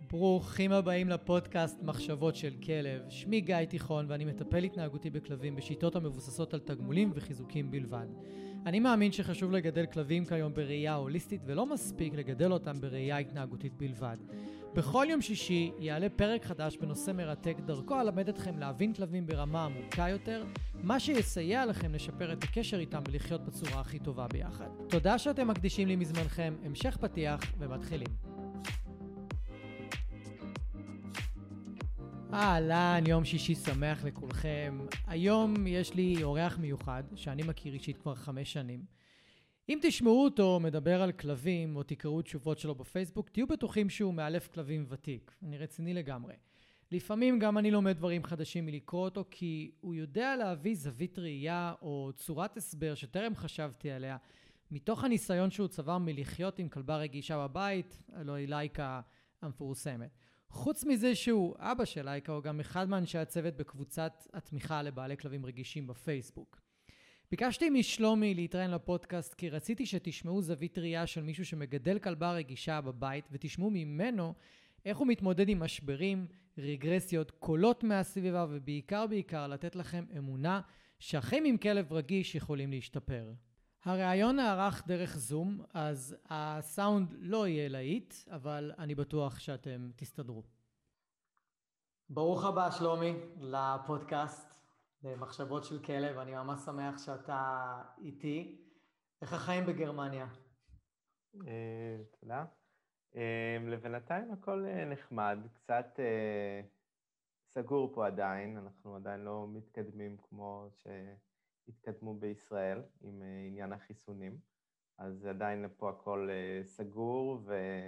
ברוכים הבאים לפודקאסט מחשבות של כלב. שמי גיא תיכון ואני מטפל התנהגותי בכלבים בשיטות המבוססות על תגמולים וחיזוקים בלבד. אני מאמין שחשוב לגדל כלבים כיום בראייה הוליסטית ולא מספיק לגדל אותם בראייה התנהגותית בלבד. בכל יום שישי יעלה פרק חדש בנושא מרתק, דרכו אלמד אתכם להבין כלבים ברמה עמוקה יותר, מה שיסייע לכם לשפר את הקשר איתם ולחיות בצורה הכי טובה ביחד. תודה שאתם מקדישים לי מזמנכם, המשך פתיח ומתחילים. אהלן, יום שישי שמח לכולכם. היום יש לי אורח מיוחד שאני מכיר אישית כבר 5 שנים. אם תשמעו אותו מדבר על כלבים או תקראו תשובות שלו בפייסבוק, תהיו בטוחים שהוא מאלף כלבים ותיק. אני רציני לגמרי. לפעמים גם אני לומד דברים חדשים מלקרוא אותו, כי הוא יודע להביא זווית ראייה או צורת הסבר שטרם חשבתי עליה, מתוך הניסיון שהוא צבר מלחיות עם כלבה רגישה בבית, הלוא היא לייקה המפורסמת. חוץ מזה שהוא אבא של לייקה, הוא גם אחד מאנשי הצוות בקבוצת התמיכה לבעלי כלבים רגישים בפייסבוק. ביקשתי משלומי להתראיין לפודקאסט כי רציתי שתשמעו זווית ראייה של מישהו שמגדל כלבה רגישה בבית, ותשמעו ממנו איך הוא מתמודד עם משברים, רגרסיות, קולות מהסביבה, ובעיקר לתת לכם אמונה שהחיים עם כלב רגיש יכולים להשתפר. הראיון נערך דרך זום, אז הסאונד לא יהיה להיט, אבל אני בטוח שאתם תסתדרו. ברוך הבא שלומי לפודקאסט, למחשבות של כלב. אני ממש שמח שאתה איתי. איך החיים בגרמניה? תודה. לבינתיים הכל נחמד, קצת סגור פה עדיין, אנחנו עדיין לא מתקדמים כמו שהתקדמו בישראל עם עניין החיסונים, אז עדיין פה הכל סגור,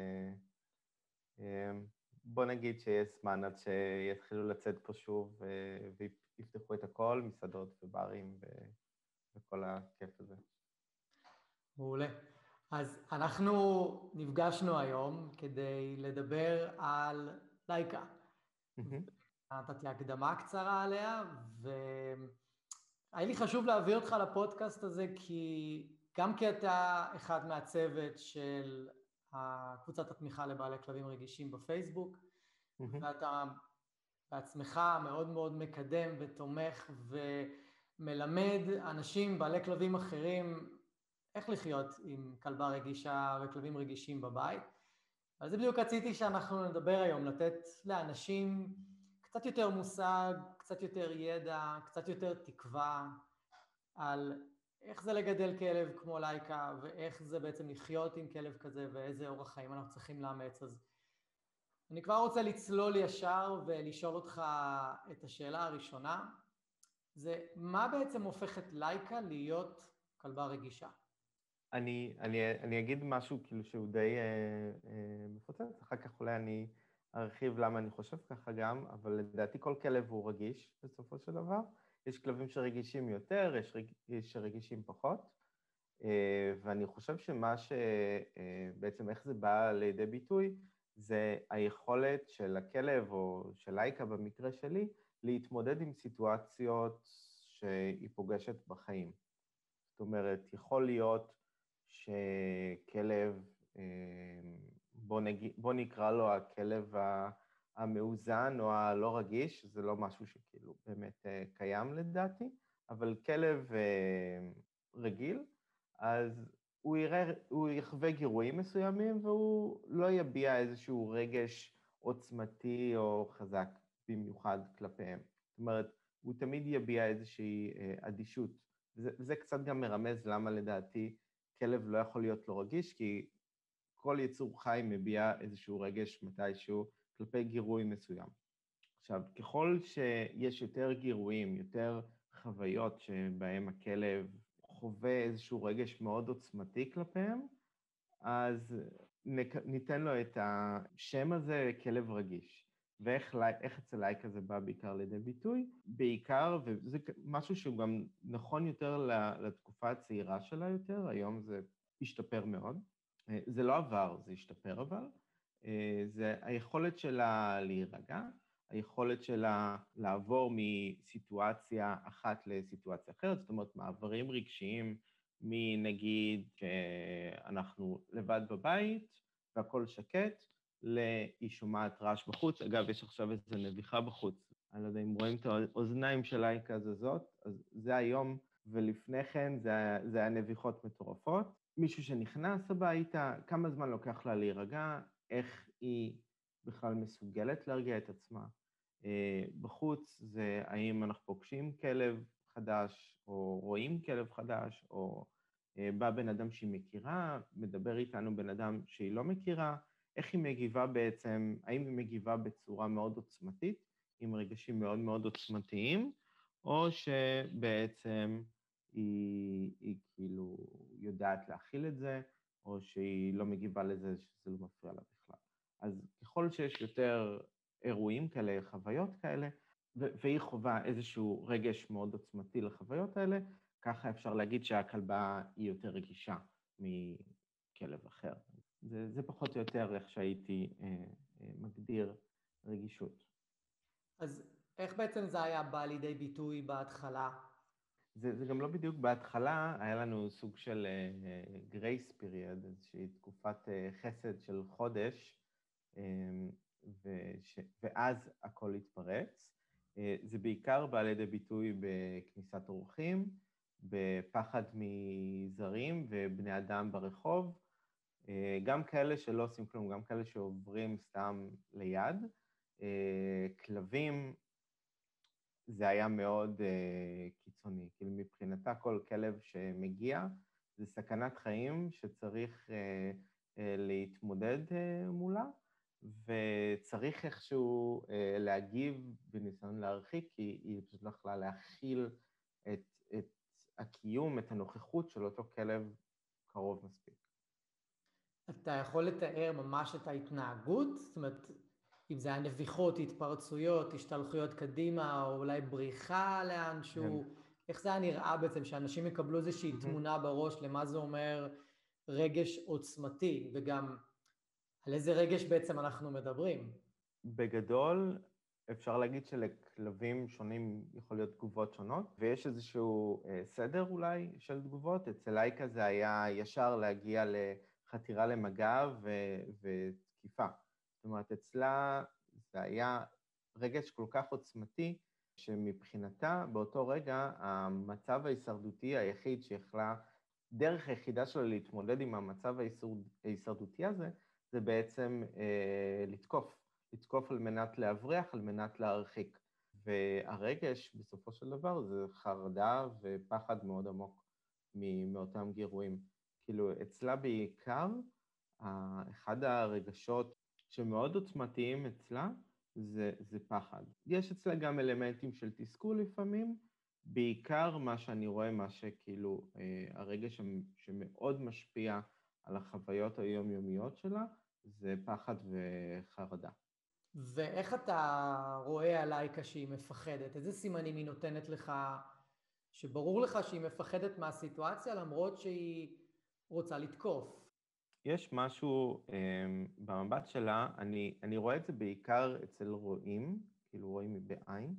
ובוא נגיד שיש זמן עד שיתחילו לצאת פה שוב ויפתחו את הכל, מסעדות וברים וכל הכיף הזה. מעולה. אז אנחנו נפגשנו היום כדי לדבר על לייקה. נתתי הקדמה קצרה עליה, והיה לי חשוב להביא אותך לפודקאסט הזה, גם כי אתה אחד מהצוות של קבוצת התמיכה לבעלי כלבים רגישים בפייסבוק, ואתה בעצמך מאוד מאוד מקדם ותומך ומלמד אנשים, בעלי כלבים אחרים, איך לחיות עם כלבה רגישה וכלבים רגישים בבית. על זה בדיוק רציתי שאנחנו נדבר היום, לתת לאנשים קצת יותר מושג, קצת יותר ידע, קצת יותר תקווה על איך זה לגדל כלב כמו לייקה, ואיך זה בעצם לחיות עם כלב כזה, ואיזה אורח חיים אנחנו צריכים לאמץ. אז אני כבר רוצה לצלול ישר ולשאול אותך את השאלה הראשונה, זה מה בעצם הופך את לייקה להיות כלבה רגישה? אני אגיד משהו כאילו שהוא די מפוצץ, אחר כך אולי אני ארחיב למה אני חושב ככה גם, אבל לדעתי כל כלב הוא רגיש בסופו של דבר. יש כלבים שרגישים יותר, יש שרגישים פחות, ואני חושב שמה שבעצם איך זה בא לידי ביטוי, זה היכולת של הכלב או של לייקה במקרה שלי, להתמודד עם סיטואציות שהיא פוגשת בחיים. זאת אומרת, יכול להיות שכלב, בוא נקרא לו הכלב המאוזן או הלא רגיש, זה לא משהו שכאילו באמת קיים לדעתי, אבל כלב רגיל, אז הוא יחווה גירויים מסוימים, והוא לא יביע איזשהו רגש עוצמתי או חזק במיוחד כלפיהם. זאת אומרת, הוא תמיד יביע איזושהי אדישות. וזה קצת גם מרמז למה לדעתי כלב לא יכול להיות לא רגיש, כי כל יצור חי מביע איזשהו רגש מתישהו כלפי גירוי מסוים. עכשיו, ככל שיש יותר גירויים, יותר חוויות שבהם הכלב חווה איזשהו רגש מאוד עוצמתי כלפיהם, אז ניתן לו את השם הזה כלב רגיש. ואיך אצל לייקה זה בא בעיקר לידי ביטוי? בעיקר, וזה משהו שהוא גם נכון יותר לתקופה הצעירה שלה יותר, היום זה השתפר מאוד. זה לא עבר, זה השתפר אבל. זה היכולת שלה להירגע, היכולת שלה לעבור מסיטואציה אחת לסיטואציה אחרת, זאת אומרת, מעברים רגשיים מנגיד שאנחנו לבד בבית והכל שקט, היא שומעת רעש בחוץ. אגב, יש עכשיו איזו נביחה בחוץ. אני לא יודע אם רואים את האוזניים של לייקה הזאת, אז זה היום, ולפני כן זה היה נביחות מטורפות. מישהו שנכנס הביתה, כמה זמן לוקח לה להירגע, איך היא בכלל מסוגלת להרגיע את עצמה. בחוץ זה האם אנחנו פוגשים כלב חדש, או רואים כלב חדש, או בא בן אדם שהיא מכירה, מדבר איתנו בן אדם שהיא לא מכירה, איך היא מגיבה בעצם, האם היא מגיבה בצורה מאוד עוצמתית, עם רגשים מאוד מאוד עוצמתיים, או שבעצם היא כאילו יודעת להכיל את זה, או שהיא לא מגיבה לזה, שזה לא מפריע לה בכלל. אז ככל שיש יותר אירועים כאלה, חוויות כאלה, והיא חווה איזשהו רגש מאוד עוצמתי לחוויות האלה, ככה אפשר להגיד שהכלבה היא יותר רגישה מכלב אחר. זה פחות או יותר איך שהייתי מגדיר רגישות. אז איך בעצם זה היה בא לידי ביטוי בהתחלה? זה גם לא בדיוק בהתחלה, היה לנו סוג של גרייס פיריוד, איזושהי תקופת חסד של חודש, ואז הכל התפרץ. זה בעיקר בא לידי ביטוי בכניסת אורחים, בפחד מזרים ובני אדם ברחוב, גם כאלה שלא עושים כלום, גם כאלה שעוברים סתם ליד. כלבים, זה היה מאוד קיצוני. כאילו מבחינתה כל כלב שמגיע, זה סכנת חיים שצריך להתמודד מולה, וצריך איכשהו להגיב בניסיון להרחיק, כי היא פשוט לא יכולה להכיל את הקיום, את הנוכחות של אותו כלב קרוב מספיק. אתה יכול לתאר ממש את ההתנהגות? זאת אומרת, אם זה היה נביחות, התפרצויות, השתלחויות קדימה, או אולי בריחה לאנשהו, איך זה היה נראה בעצם, שאנשים יקבלו איזושהי תמונה בראש למה זה אומר רגש עוצמתי, וגם על איזה רגש בעצם אנחנו מדברים? בגדול, אפשר להגיד שלכלבים שונים יכול להיות תגובות שונות, ויש איזשהו סדר אולי של תגובות. אצל לייקה זה היה ישר להגיע לחתירה למגע ותקיפה. זאת אומרת, אצלה זה היה רגש כל כך עוצמתי, שמבחינתה באותו רגע המצב ההישרדותי היחיד שיכלה, דרך היחידה שלה להתמודד עם המצב ההישרדותי הזה, זה בעצם לתקוף על מנת להבריח, על מנת להרחיק. והרגש בסופו של דבר זה חרדה ופחד מאוד עמוק מאותם גירויים. כאילו אצלה בעיקר, אחד הרגשות שמאוד עוצמתיים אצלה זה פחד. יש אצלה גם אלמנטים של תסכול לפעמים, בעיקר מה שאני רואה, מה שכאילו הרגש שמאוד משפיע על החוויות היומיומיות שלה, זה פחד וחרדה. ואיך אתה רואה על לייקה שהיא מפחדת? איזה סימנים היא נותנת לך, שברור לך שהיא מפחדת מהסיטואציה, למרות שהיא רוצה לתקוף? יש משהו במבט שלה, אני רואה את זה בעיקר אצל רועים, כאילו רועים בעין,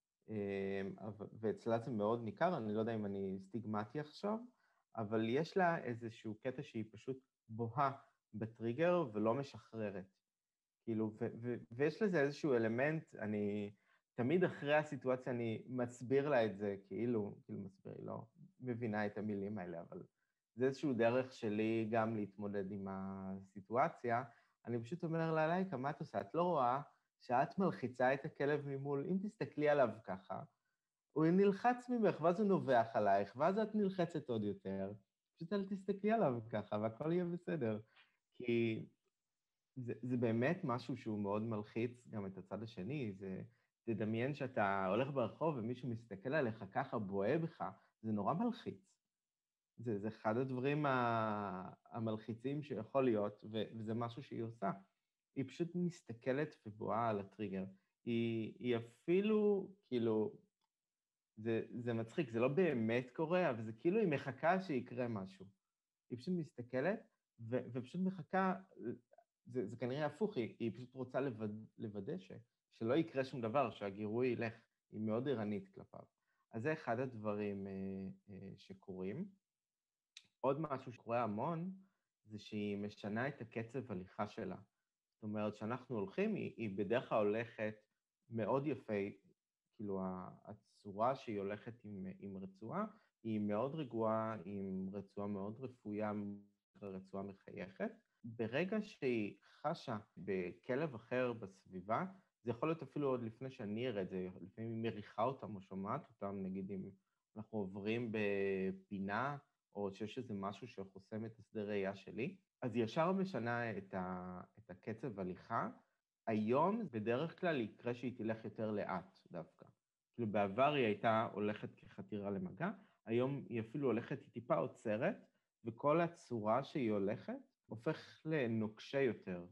ואצלה זה מאוד ניכר, אני לא יודע אם אני סטיגמטי עכשיו, אבל יש לה איזשהו קטע שהיא פשוט בוהה בטריגר ולא משחררת. כאילו, ויש לזה איזשהו אלמנט, אני תמיד אחרי הסיטואציה אני מסביר לה את זה, כאילו מסביר, היא לא מבינה את המילים האלה, אבל זה איזשהו דרך שלי גם להתמודד עם הסיטואציה. אני פשוט אומר לה, לייקה, מה את עושה? את לא רואה שאת מלחיצה את הכלב ממול, אם תסתכלי עליו ככה, הוא נלחץ ממך, ואז הוא נובח עלייך, ואז את נלחצת עוד יותר. פשוט אל תסתכלי עליו ככה, והכל יהיה בסדר. כי זה באמת משהו שהוא מאוד מלחיץ גם את הצד השני. תדמיין שאתה הולך ברחוב ומישהו מסתכל עליך ככה, בוהה בך, זה נורא מלחיץ. זה אחד הדברים המלחיצים שיכול להיות, וזה משהו שהיא עושה. היא פשוט מסתכלת ובוהה על הטריגר. היא אפילו, כאילו, זה מצחיק, זה לא באמת קורה, אבל זה כאילו היא מחכה שיקרה משהו. היא פשוט מסתכלת, ופשוט מחכה, זה כנראה הפוך, היא פשוט רוצה לוודא שלא יקרה שום דבר, שהגירוי ילך, היא מאוד ערנית כלפיו. אז זה אחד הדברים שקורים. עוד משהו שקורה המון, זה שהיא משנה את הקצב הליכה שלה. זאת אומרת, שאנחנו הולכים, היא בדרך כלל הולכת מאוד יפה, כאילו הצורה שהיא הולכת עם רצועה, היא מאוד רגועה, עם רצועה מאוד רפויה, רצועה מחייכת. ברגע שהיא חשה בכלב אחר בסביבה, זה יכול להיות אפילו עוד לפני שאני אראה את זה, לפעמים היא מריחה אותם או שומעת אותם, נגיד אם אנחנו עוברים בפינה, או שיש איזה משהו שחוסם את השדה ראייה שלי, אז היא ישר משנה את הקצב הליכה. היום בדרך כלל יקרה שהיא תלך יותר לאט דווקא. כאילו בעבר היא הייתה הולכת כחתירה למגע, היום היא אפילו הולכת, היא טיפה עוצרת, וכל הצורה שהיא הולכת הופך לנוקשה יותר.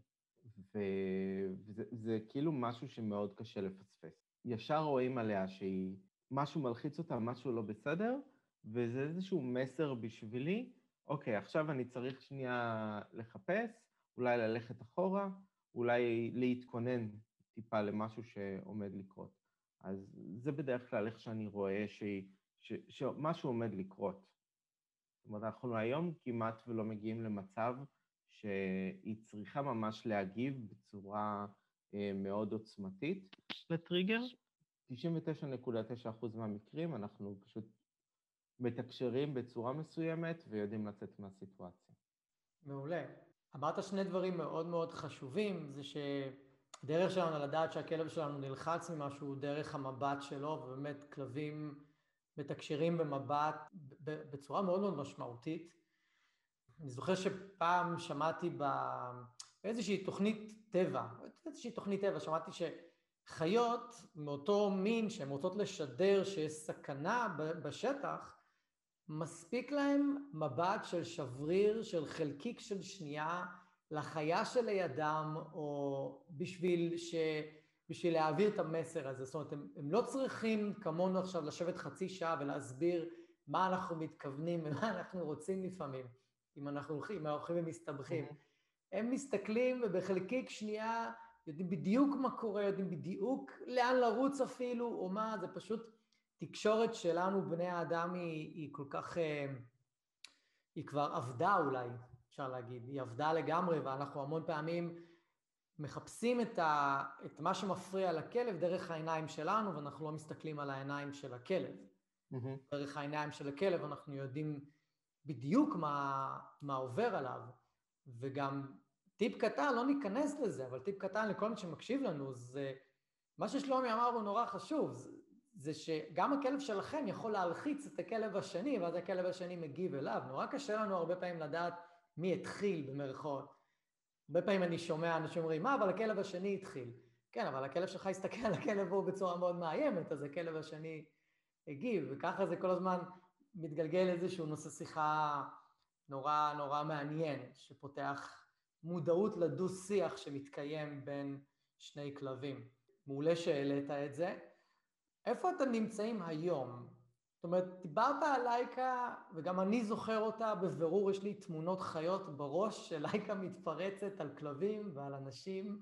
וזה כאילו משהו שמאוד קשה לפספס. ישר רואים עליה שהיא, משהו מלחיץ אותה, משהו לא בסדר, וזה איזשהו מסר בשבילי, אוקיי, עכשיו אני צריך שנייה לחפש, אולי ללכת אחורה, אולי להתכונן טיפה למשהו שעומד לקרות. אז זה בדרך כלל איך שאני רואה שמשהו עומד לקרות. זאת אומרת, אנחנו היום כמעט ולא מגיעים למצב שהיא צריכה ממש להגיב בצורה מאוד עוצמתית לטריגר. 99.9% מהמקרים אנחנו פשוט מתקשרים בצורה מסוימת ויודעים לצאת מהסיטואציה. מעולה. אמרת שני דברים מאוד מאוד חשובים, זה שדרך שלנו לדעת שהכלב שלנו נלחץ ממשהו דרך המבט שלו, ובאמת כלבים מתקשרים במבט בצורה מאוד מאוד משמעותית. אני זוכר שפעם שמעתי באיזושהי תוכנית טבע, שמעתי שחיות מאותו מין שהן רוצות לשדר שיש סכנה בשטח, מספיק להם מבט של שבריר, של חלקיק של שנייה, לחיה שלידם, או בשביל להעביר את המסר הזה. זאת אומרת, הם לא צריכים כמונו עכשיו לשבת חצי שעה ולהסביר מה אנחנו מתכוונים, ומה אנחנו רוצים לפעמים, אם אנחנו הולכים ומסתבכים. הם מסתכלים ובחלקיק שנייה יודעים בדיוק מה קורה, יודעים בדיוק לאן לרוץ אפילו, או מה, זה פשוט תקשורת שלנו, בני האדם, היא כל כך, היא כבר עבדה אולי, אפשר להגיד, היא עבדה לגמרי, ואנחנו המון פעמים מחפשים את מה שמפריע לכלב דרך העיניים שלנו, ואנחנו לא מסתכלים על העיניים של הכלב. דרך העיניים של הכלב אנחנו יודעים בדיוק מה עובר עליו, וגם טיפ קטן, לא ניכנס לזה, אבל טיפ קטן לכל מי שמקשיב לנו, זה מה ששלומי אמר הוא נורא חשוב, זה שגם הכלב שלכם יכול להלחיץ את הכלב השני, ואז הכלב השני מגיב אליו. נורא קשה לנו הרבה פעמים לדעת מי התחיל במרכאות. הרבה פעמים אני שומע אנשים אומרים, אבל הכלב השני התחיל. כן, אבל הכלב שלך הסתכל על הכלב והוא בצורה מאוד מאיימת, אז הכלב השני הגיב, וככה זה כל הזמן מתגלגל איזשהו נושא שיחה נורא נורא מעניין, שפותח מודעות לדו-שיח שמתקיים בין שני כלבים. מעולה שהעלית את זה. איפה אתם נמצאים היום? זאת אומרת, דיברת על לייקה, וגם אני זוכר אותה, בבירור יש לי תמונות חיות בראש, שלייקה מתפרצת על כלבים ועל אנשים,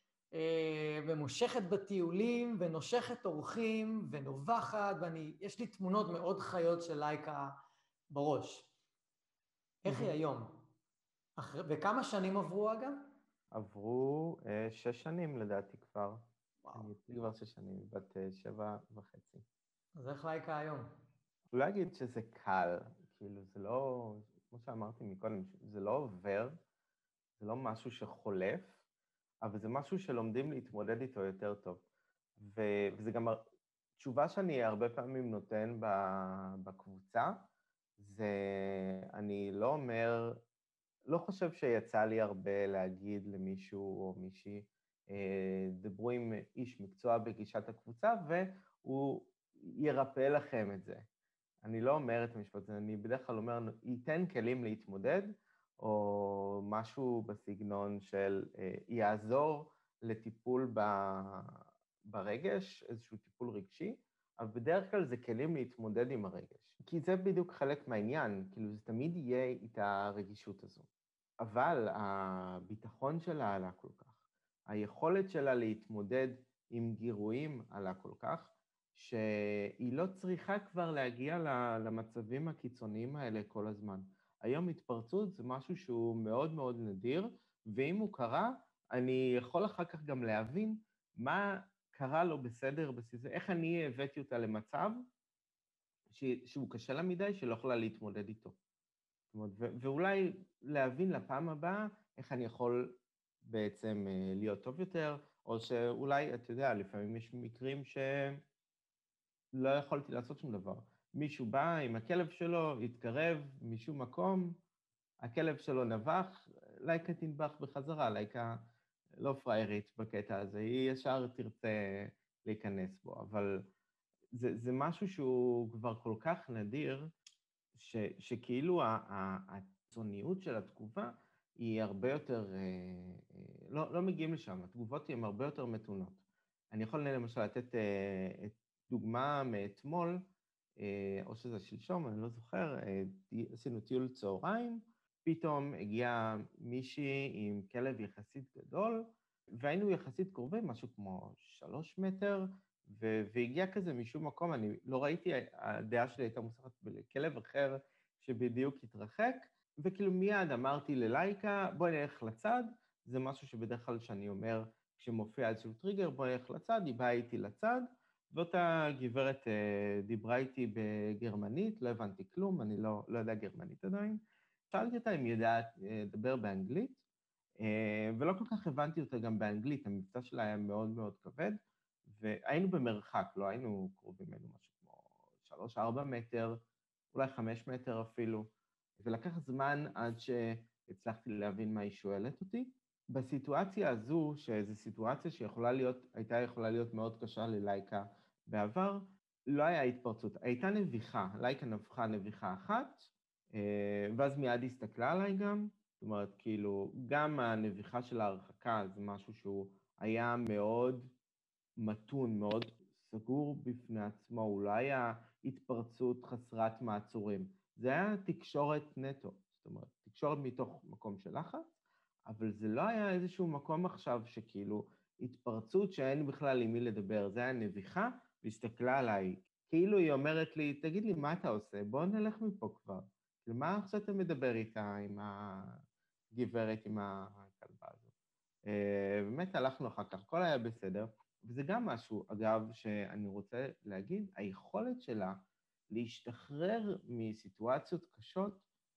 ומושכת בטיולים, ונושכת אורחים, ונובחת, יש לי תמונות מאוד חיות של לייקה בראש. איך היא היום? וכמה שנים עברו אגב? עברו 6 שנים לדעתי כבר. וואו. אני אצלי כבר 6 שנים, בת 7.5. אז איך לייקה היום? אולי אגיד שזה קל, כאילו זה לא, כמו שאמרתי מקודם, זה לא עובר, זה לא משהו שחולף, אבל זה משהו שלומדים להתמודד איתו יותר טוב. וזה גם תשובה שאני הרבה פעמים נותן בקבוצה, זה אני לא אומר, לא חושב שיצא לי הרבה להגיד למישהו או מישהי, דברו עם איש מקצוע בגישת הקבוצה, והוא ירפא לכם את זה. אני לא אומר את המשפט הזה, אני בדרך כלל אומר, ייתן כלים להתמודד, או משהו בסגנון של יעזור לטיפול ברגש, איזשהו טיפול רגשי, אבל בדרך כלל זה כלים להתמודד עם הרגש. כי זה בדיוק חלק מהעניין, כאילו זה תמיד יהיה את הרגישות הזו. אבל הביטחון שלה עלה כל כך, היכולת שלה להתמודד עם גירויים עלה כל כך, שהיא לא צריכה כבר להגיע למצבים הקיצוניים האלה כל הזמן. היום התפרצות זה משהו שהוא מאוד מאוד נדיר, ואם הוא קרה, אני יכול אחר כך גם להבין מה קרה לו בסדר בסיס, איך אני הבאתי אותה למצב שהוא קשה לה מדי, שלא יכולה להתמודד איתו. זאת אומרת, ואולי להבין לפעם הבאה איך אני יכול בעצם להיות טוב יותר, או שאולי, אתה יודע, לפעמים יש מקרים שלא יכולתי לעשות שום דבר. מישהו בא עם הכלב שלו, התקרב משום מקום, הכלב שלו נבח, לייקה תנבח בחזרה, לייקה לא פריירית בקטע הזה, היא ישר תרצה להיכנס בו, אבל זה משהו שהוא כבר כל כך נדיר, שכאילו הצוניות של התגובה היא הרבה יותר, לא מגיעים לשם, התגובות הן הרבה יותר מתונות. אני יכול למשל לתת דוגמה מאתמול, או שזה שלשום, אני לא זוכר, עשינו טיול צהריים, פתאום הגיעה מישהי עם כלב יחסית גדול, והיינו יחסית קרובים, משהו כמו 3 מטר, והגיע כזה משום מקום, אני לא ראיתי, הדעה שלי הייתה מוסחת בכלב אחר שבדיוק התרחק, וכאילו מיד אמרתי ללייקה, בואי נלך לצד, זה משהו שבדרך כלל שאני אומר, כשמופיע איזשהו טריגר, בואי נלך לצד, היא באה איתי לצד, ואותה גברת דיברה איתי בגרמנית, לא הבנתי כלום, אני לא יודע גרמנית עדיין. שאלתי אותה אם היא יודעת לדבר באנגלית, ולא כל כך הבנתי אותה גם באנגלית, המבטא שלה היה מאוד מאוד כבד, והיינו במרחק, לא היינו קרובים, היינו משהו כמו 3-4 מטר, אולי 5 מטר אפילו, ולקח זמן עד שהצלחתי להבין מה היא שואלת אותי. בסיטואציה הזו, שזו סיטואציה הייתה יכולה להיות מאוד קשה ללייקה בעבר, לא היה התפרצות, הייתה נביחה, לייקה נבחה נביחה אחת, ואז מיד הסתכלה עליי גם, זאת אומרת, כאילו, גם הנביחה של ההרחקה זה משהו שהוא היה מאוד מתון, מאוד סגור בפני עצמו, הוא לא היה התפרצות חסרת מעצורים. זה היה תקשורת נטו, זאת אומרת, תקשורת מתוך מקום של לחץ, אבל זה לא היה איזשהו מקום עכשיו שכאילו התפרצות שאין בכלל עם מי לדבר, זה היה נביחה והסתכלה עליי, כאילו היא אומרת לי, תגיד לי, מה אתה עושה? בוא נלך מפה כבר. מה עכשיו אתה מדבר איתה, עם הגברת, עם הכלבה הזו? באמת הלכנו אחר כך, הכל היה בסדר, וזה גם משהו, אגב, שאני רוצה להגיד, היכולת שלה להשתחרר מסיטואציות קשות,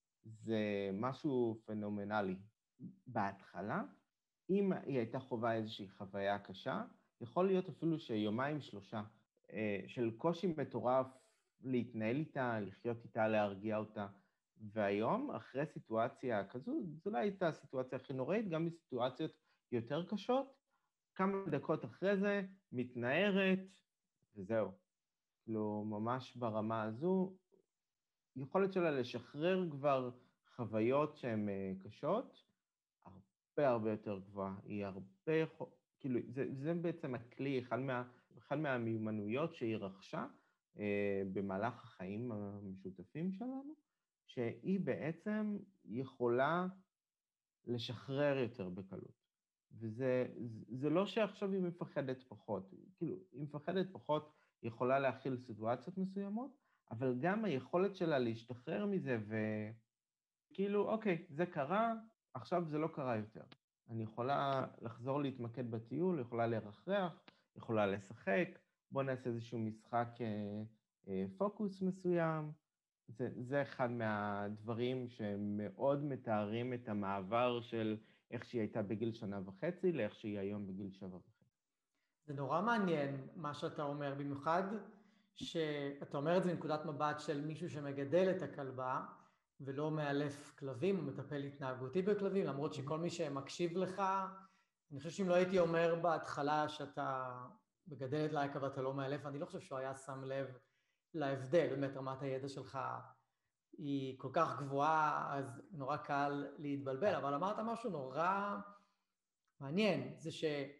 זה משהו פנומנלי. בהתחלה, אם היא הייתה חובה איזושהי חוויה קשה, יכול להיות אפילו שיומיים 3 של קושי מטורף להתנהל איתה, לחיות איתה, להרגיע אותה. והיום, אחרי סיטואציה כזו, זו לא הייתה הסיטואציה הכי נוראית, גם בסיטואציות יותר קשות, כמה דקות אחרי זה, מתנערת, וזהו. כאילו, ממש ברמה הזו, יכולת שלה לשחרר כבר חוויות שהן קשות, הרבה יותר גבוהה. היא הרבה, כאילו, זה בעצם הכלי, אחד מהמיומנויות שהיא רכשה במהלך החיים המשותפים שלנו, שהיא בעצם יכולה לשחרר יותר בקלות. וזה לא שעכשיו היא מפחדת פחות, כאילו, היא מפחדת פחות, היא יכולה להכיל סיטואציות מסוימות, אבל גם היכולת שלה להשתחרר מזה וכאילו, אוקיי, זה קרה, עכשיו זה לא קרה יותר. אני יכולה לחזור להתמקד בטיול, יכולה לרחרח, יכולה לשחק, בוא נעשה איזשהו משחק פוקוס מסוים. זה אחד מהדברים שמאוד מתארים את המעבר של איך שהיא הייתה בגיל 1.5 לאיך שהיא היום בגיל 7.5. זה נורא מעניין מה שאתה אומר, במיוחד שאתה אומר את זה מנקודת מבט של מישהו שמגדל את הכלבה, ולא מאלף כלבים, הוא מטפל התנהגותי בכלבים, למרות שכל מי שמקשיב לך, אני חושב שאם לא הייתי אומר בהתחלה שאתה מגדל את לייקה ואתה לא מאלף, אני לא חושב שהוא היה שם לב להבדל, באמת רמת הידע שלך היא כל כך גבוהה, אז נורא קל להתבלבל, אבל אמרת משהו נורא מעניין, זה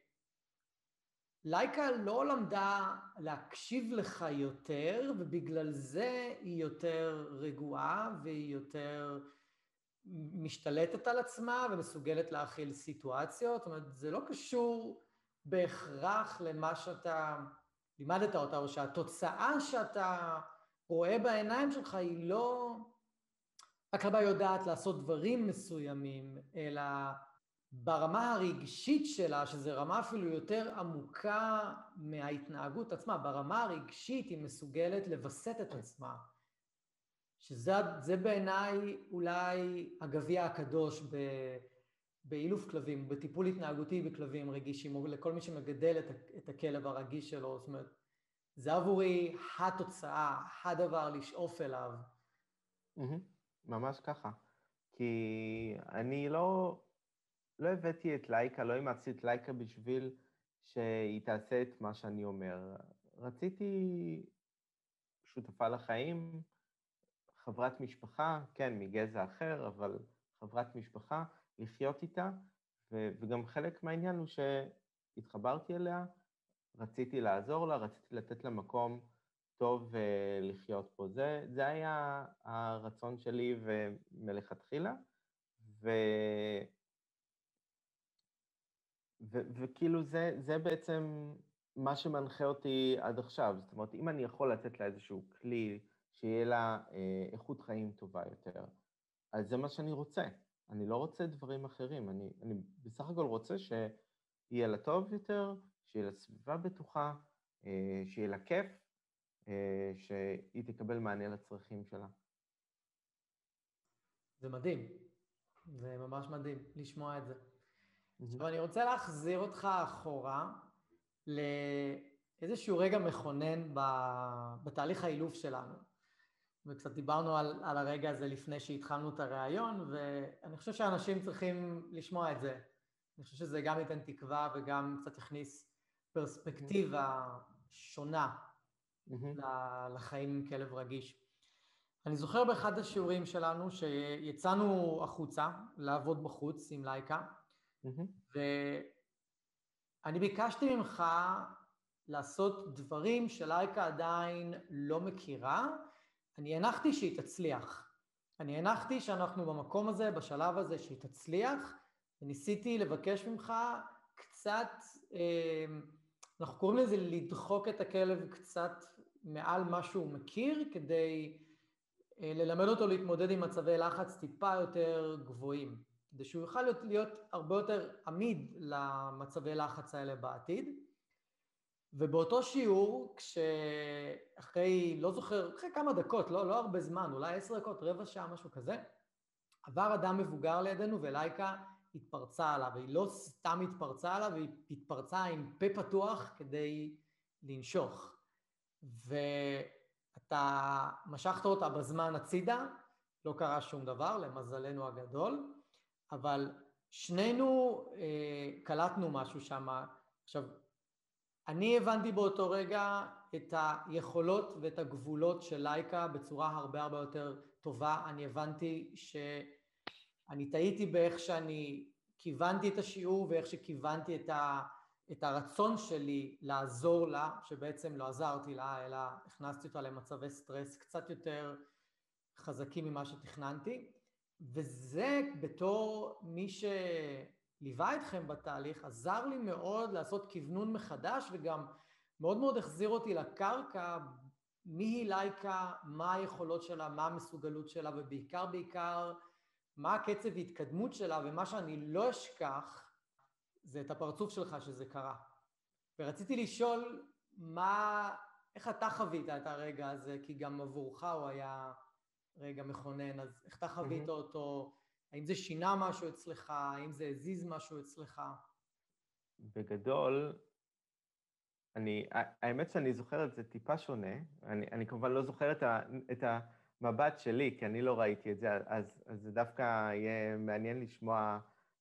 לייקה לא למדה להקשיב לך יותר, ובגלל זה היא יותר רגועה, והיא יותר משתלטת על עצמה, ומסוגלת להכיל סיטואציות. זאת אומרת, זה לא קשור בהכרח למה שאתה לימדת אותה, או שהתוצאה שאתה רואה בעיניים שלך היא לא הכלבה יודעת לעשות דברים מסוימים, אלא ברמה הרגשית שלה, שזו רמה אפילו יותר עמוקה מההתנהגות עצמה, ברמה הרגשית היא מסוגלת לבסט את עצמה, שזה בעיניי אולי הגביע הקדוש באילוף כלבים, בטיפול התנהגותי בכלבים רגישים, או לכל מי שמגדל את הכלב הרגיש שלו, זאת אומרת, זה עבורי התוצאה, הדבר לשאוף אליו. ממש ככה. כי אני לא הבאתי את לייקה, לא אימצתי את לייקה בשביל שהיא תעשה את מה שאני אומר. רציתי שותפה לחיים, חברת משפחה, כן, מגזע אחר, אבל חברת משפחה, לחיות איתה, וגם חלק מהעניין הוא שהתחברתי אליה, רציתי לעזור לה, רציתי לתת לה מקום טוב לחיות פה. זה היה הרצון שלי ומלכתחילה, וכאילו זה בעצם מה שמנחה אותי עד עכשיו. זאת אומרת, אם אני יכול לתת לה איזשהו כלי שיהיה לה איכות חיים טובה יותר, אז זה מה שאני רוצה. אני לא רוצה דברים אחרים. אני בסך הכל רוצה שיהיה לה טוב יותר, שיהיה לה סביבה בטוחה, שיהיה לה כיף, שהיא תקבל מענה לצרכים שלה. זה מדהים. זה ממש מדהים לשמוע את זה. עכשיו אני רוצה להחזיר אותך אחורה לאיזשהו רגע מכונן בתהליך האילוף שלנו. וקצת דיברנו על הרגע הזה לפני שהתחלנו את הרעיון, ואני חושב שאנשים צריכים לשמוע את זה. אני חושב שזה גם ייתן תקווה וגם קצת יכניס פרספקטיבה שונה לחיים עם כלב רגיש. אני זוכר באחד השיעורים שלנו שיצאנו החוצה לעבוד בחוץ עם לייקה, ואני ביקשתי ממך לעשות דברים שלייקה עדיין לא מכירה. אני הנחתי שהיא תצליח. אני הנחתי שאנחנו במקום הזה, בשלב הזה, שהיא תצליח, וניסיתי לבקש ממך קצת, אנחנו קוראים לזה לדחוק את הכלב קצת מעל מה שהוא מכיר, כדי ללמד אותו להתמודד עם מצבי לחץ טיפה יותר גבוהים, כדי שהוא יוכל להיות הרבה יותר עמיד למצבי לחץ האלה בעתיד. ובאותו שיעור, כשאחרי, לא זוכר, אחרי כמה דקות, לא הרבה זמן, אולי 10 דקות, רבע שעה, משהו כזה, עבר אדם מבוגר לידינו ולייקה התפרצה עליו, והיא לא סתם התפרצה עליו, היא התפרצה עם פה פתוח כדי לנשוך. ואתה משכת אותה בזמן הצידה, לא קרה שום דבר, למזלנו הגדול, אבל שנינו קלטנו משהו שם. עכשיו, אני הבנתי באותו רגע את היכולות ואת הגבולות של לייקה בצורה הרבה יותר טובה. אני הבנתי שאני טעיתי באיך שאני כיוונתי את השיעור ואיך שכיוונתי את הרצון שלי לעזור לה, שבעצם לא עזרתי לה, אלא הכנסתי אותה למצבי סטרס קצת יותר חזקים ממה שתכננתי. וזה בתור מי ליווה אתכם בתהליך, עזר לי מאוד לעשות כיוונון מחדש, וגם מאוד מאוד החזיר אותי לקרקע, מי היא לייקה, מה היכולות שלה, מה המסוגלות שלה, ובעיקר מה הקצב ההתקדמות שלה, ומה שאני לא אשכח, זה את הפרצוף שלך שזה קרה. ורציתי לשאול איך אתה חווית את הרגע הזה, כי גם עבורך הוא היה רגע מכונן, אז איך אתה חווית אותו? האם זה שינה משהו אצלך? האם זה הזיז משהו אצלך? בגדול, האמת שאני זוכר את זה טיפה שונה. אני כמובן לא זוכר את המבט שלי, כי אני לא ראיתי את זה, אז זה דווקא יהיה מעניין לשמוע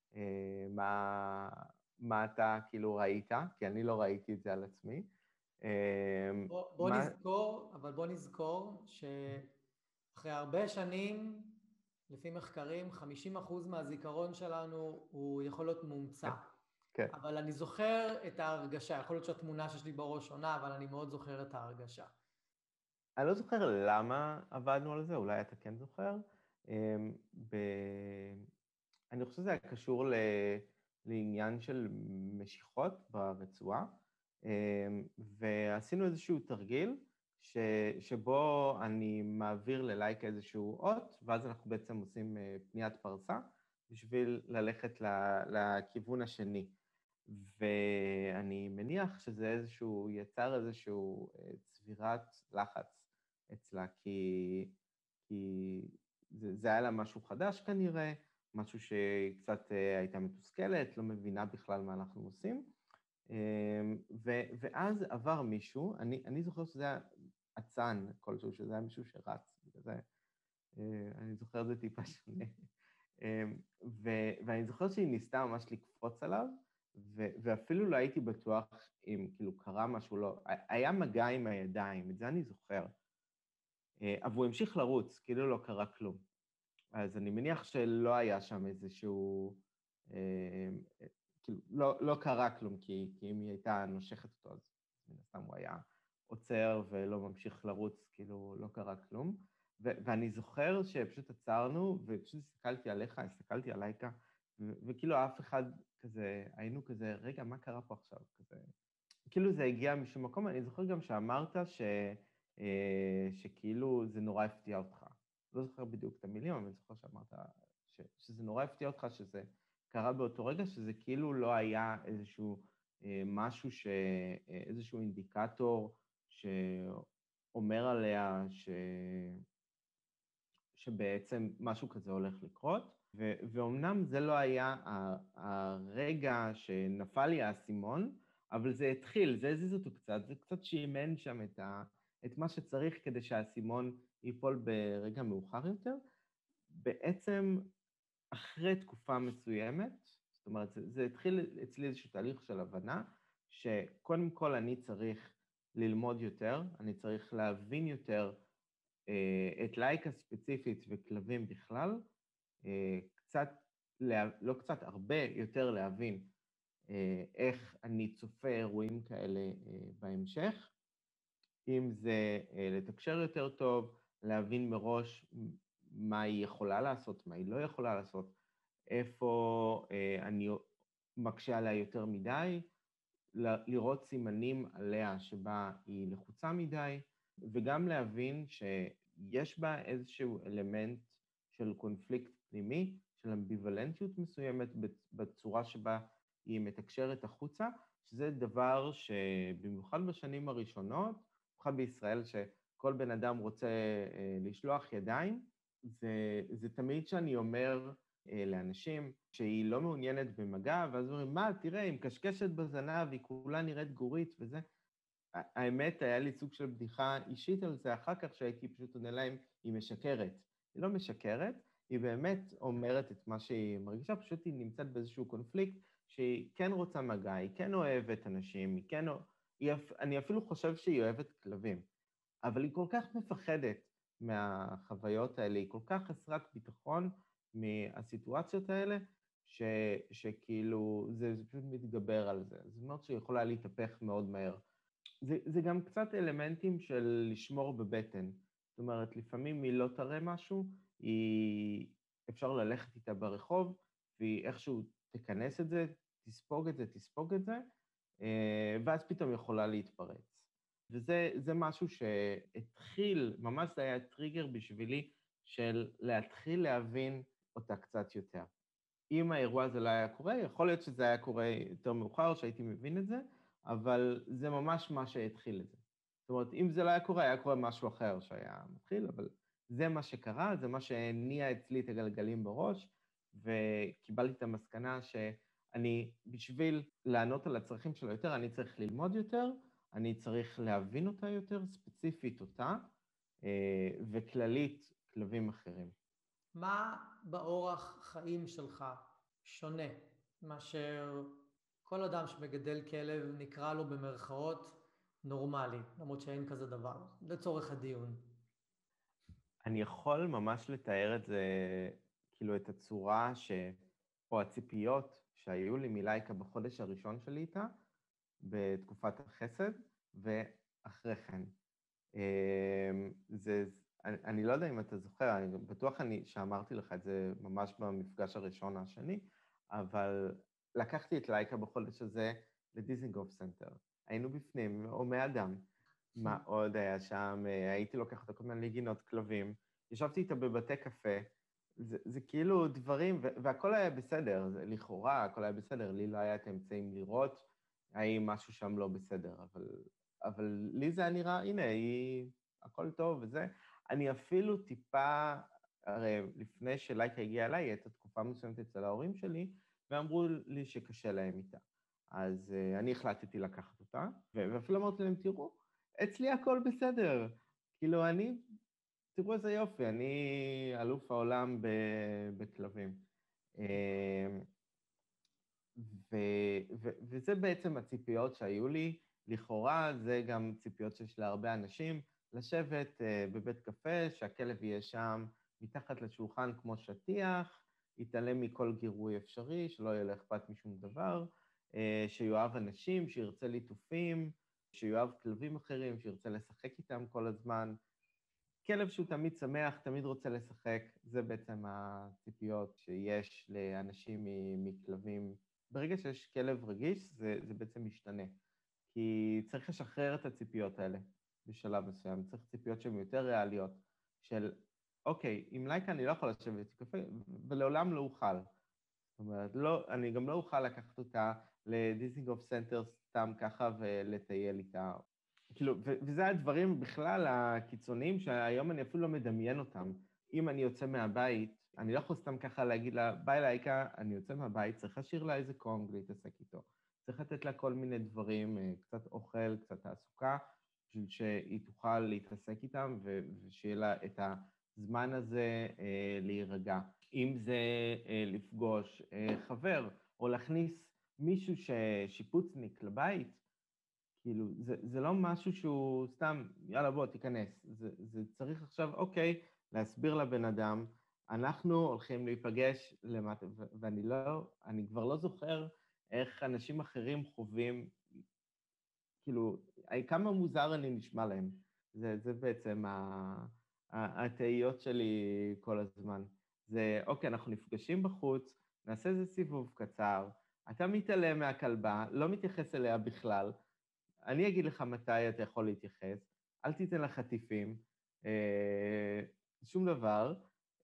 מה אתה כאילו ראית, כי אני לא ראיתי את זה על עצמי. בוא נזכור שאחרי הרבה שנים, לפי מחקרים, 50% מהזיכרון שלנו הוא יכול להיות מומצא. כן. אבל אני זוכר את ההרגשה, יכול להיות שהתמונה שיש לי בראש שונה, אבל אני מאוד זוכר את ההרגשה. אני לא זוכר למה עבדנו על זה, אולי אתה כן זוכר. אני חושב שזה היה קשור לעניין של משיכות ברצועה, ועשינו איזשהו תרגיל, שבו אני מעביר ללייקה איזשהו אות, ואז אנחנו בעצם עושים פניית פרסה, בשביל ללכת לכיוון השני. ואני מניח שזה יצר איזשהו צבירת לחץ אצלה, כי זה היה לה משהו חדש כנראה, משהו שקצת הייתה מתוסכלת, לא מבינה בכלל מה אנחנו עושים. ואז עבר מישהו, אני זוכר שזה היה אצן כלשהו, שזה היה מישהו שרץ, בגלל אני זוכר את זה טיפה שונה. ואני זוכר שהיא ניסתה ממש לקפוץ עליו, ואפילו לא הייתי בטוח אם כאילו קרה משהו, לא. היה מגע עם הידיים, את זה אני זוכר. אבל הוא המשיך לרוץ, כאילו לא קרה כלום. אז אני מניח שלא היה שם איזשהו... כאילו, לא קרה כלום, כי אם היא הייתה נושכת אותו, אז מן הסתם הוא היה עוצר ולא ממשיך לרוץ, כאילו לא קרה כלום. ואני זוכר שפשוט עצרנו, ופשוט הסתכלתי עליך, הסתכלתי על לייקה, וכאילו אף אחד כזה, היינו כזה, רגע, מה קרה פה עכשיו? כזה, כאילו זה הגיע משום מקום, אני זוכר גם שאמרת שכאילו זה נורא הפתיע אותך. לא זוכר בדיוק את המילים, אבל אני זוכר שאמרת שזה נורא הפתיע אותך, שזה קרה באותו רגע, שזה כאילו לא היה איזשהו משהו, איזשהו אינדיקטור שאומר עליה שבעצם משהו כזה הולך לקרות, ואומנם זה לא היה הרגע שנפל לי האסימון, אבל זה התחיל, זה הזיז אותו קצת, זה קצת שימן שם את מה שצריך כדי שהאסימון ייפול ברגע מאוחר יותר. בעצם אחרי תקופה מסוימת, זאת אומרת, זה התחיל אצלי איזשהו תהליך של הבנה, שקודם כל אני צריך ללמוד יותר, אני צריך להבין יותר את לייקה ספציפית וכלבים בכלל, קצת, לא קצת, הרבה יותר להבין איך אני צופה אירועים כאלה בהמשך, אם זה לתקשר יותר טוב, להבין מראש מה היא יכולה לעשות, מה היא לא יכולה לעשות, איפה אני מקשה עליה יותר מדי, לראות סימנים עליה שבה היא לחוצה מדי, וגם להבין שיש בה איזשהו אלמנט של קונפליקט פנימי, של אמביוולנטיות מסוימת בצורה שבה היא מתקשרת החוצה, שזה דבר שבמיוחד בשנים הראשונות, במיוחד בישראל שכל בן אדם רוצה לשלוח ידיים, זה תמיד שאני אומר לאנשים שהיא לא מעוניינת במגע, ואז אומרים, מה, תראה, היא מקשקשת בזנב, היא כולה נראית גורית וזה. האמת, היה לי סוג של בדיחה אישית על זה, אחר כך שהייתי פשוט עונה להם, היא משקרת. היא לא משקרת, היא באמת אומרת את מה שהיא מרגישה, פשוט היא נמצאת באיזשהו קונפליקט, שהיא כן רוצה מגע, היא כן אוהבת אנשים, אני אפילו חושב שהיא אוהבת כלבים, אבל היא כל כך מפחדת מהחוויות האלה, היא כל כך חסרת ביטחון מהסיטואציות האלה, שכאילו זה פשוט מתגבר על זה. זאת אומרת שהיא יכולה להתהפך מאוד מהר. זה גם קצת אלמנטים של לשמור בבטן. זאת אומרת, לפעמים היא לא תראה משהו, אפשר ללכת איתה ברחוב, והיא איכשהו תכנס את זה, תספוג את זה, ואז פתאום יכולה להתפרץ. וזה משהו שהתחיל, ממש זה היה טריגר בשבילי, של להתחיל להבין אותה קצת יותר. אם האירוע הזה לא היה קורה, יכול להיות שזה היה קורה יותר מאוחר, שהייתי מבין את זה, אבל זה ממש מה שהתחיל את זה. זאת אומרת, אם זה לא היה קורה, היה קורה משהו אחר שהיה מתחיל, אבל זה מה שקרה, זה מה שהניע אצלי את הגלגלים בראש, וקיבלתי את המסקנה שאני, בשביל לענות על הצרכים שלו יותר, אני צריך ללמוד יותר, אני צריך להבין אותה יותר, ספציפית אותה, וכללית כלבים אחרים. מה באורח חיים שלך שונה מאשר כל אדם שמגדל כלב נקרא לו במרכאות נורמלי, למרות שאין כזה דבר, לצורך הדיון? אני יכול ממש לתאר את זה, כאילו את הצורה או הציפיות שהיו לי מלייקה בחודש הראשון שלי איתה, בתקופת החסד, ואחרי כן. אני לא יודע אם אתה זוכר, אני בטוח שאמרתי לך את זה ממש במפגש הראשון השני, אבל לקחתי את לייקה בחודש הזה לדיזנגוף סנטר. היינו בפנים, הומי אדם. מה עוד היה שם? הייתי לוקח אותה כל מיני לגינות כלבים, ישבתי איתה בבתי קפה, זה כאילו דברים, והכל היה בסדר, לכאורה הכל היה בסדר, לי לא היה את האמצעים לראות האם משהו שם לא בסדר, אבל לי זה היה נראה, הנה, הכל טוב וזה. אני אפילו טיפה, הרי לפני שלייקה הגיעה אליי, הייתה תקופה מסוימת אצל ההורים שלי, ואמרו לי שקשה להם איתה. אז אני החלטתי לקחת אותה, ואפילו אמרתי להם, תראו, אצלי הכל בסדר. כאילו, תראו איזה יופי, אני אלוף העולם בכלבים. וזה בעצם הציפיות שהיו לי. לכאורה, זה גם ציפיות שיש להרבה אנשים, לשבת בבית קפה, שהכלב יהיה שם מתחת לשולחן כמו שטיח, יתעלם מכל גירוי אפשרי, שלא יהיה לו אכפת משום דבר, שיואב אנשים, שירצה ליטופים, שיואב כלבים אחרים, שירצה לשחק איתם כל הזמן. כלב שהוא תמיד שמח, תמיד רוצה לשחק, זה בעצם הציפיות שיש לאנשים מכלבים. ברגע שיש כלב רגיש, זה בעצם משתנה. כי צריך לשחרר את הציפיות האלה בשלב מסוים. צריך ציפיות שהן יותר ריאליות, של, אוקיי, עם לייקה אני לא יכול לשבת איתי קפה, ולעולם לא אוכל. זאת אומרת, לא, אני גם לא אוכל לקחת אותה לדיזינגוף סנטר סתם ככה ולטייל איתה. כאילו, וזה הדברים בכלל הקיצוניים שהיום אני אפילו לא מדמיין אותם. אם אני יוצא מהבית, אני לא יכול סתם ככה להגיד לה, ביי לייקה, אני יוצא מהבית, צריך להשאיר לה איזה קונג להתעסק איתו. צריך לתת לה כל מיני דברים, קצת אוכל, קצת תעסוקה, בשביל שהיא תוכל להתעסק איתם ושיהיה לה את הזמן הזה להירגע. אם זה לפגוש חבר, או להכניס מישהו ששיפוצניק לבית, כאילו, זה לא משהו שהוא סתם, יאללה, בוא, תיכנס. זה צריך עכשיו, אוקיי, להסביר לבן אדם, אנחנו הולכים להיפגש למטה, אני כבר לא זוכר איך אנשים אחרים חווים, כאילו, כמה מוזר אני נשמע להם. זה בעצם התהיות שלי כל הזמן. זה, אוקיי, אנחנו נפגשים בחוץ, נעשה איזה סיבוב קצר, אתה מתעלם מהכלבה, לא מתייחס אליה בכלל, אני אגיד לך מתי אתה יכול להתייחס, אל תיתן לה חטיפים, שום דבר,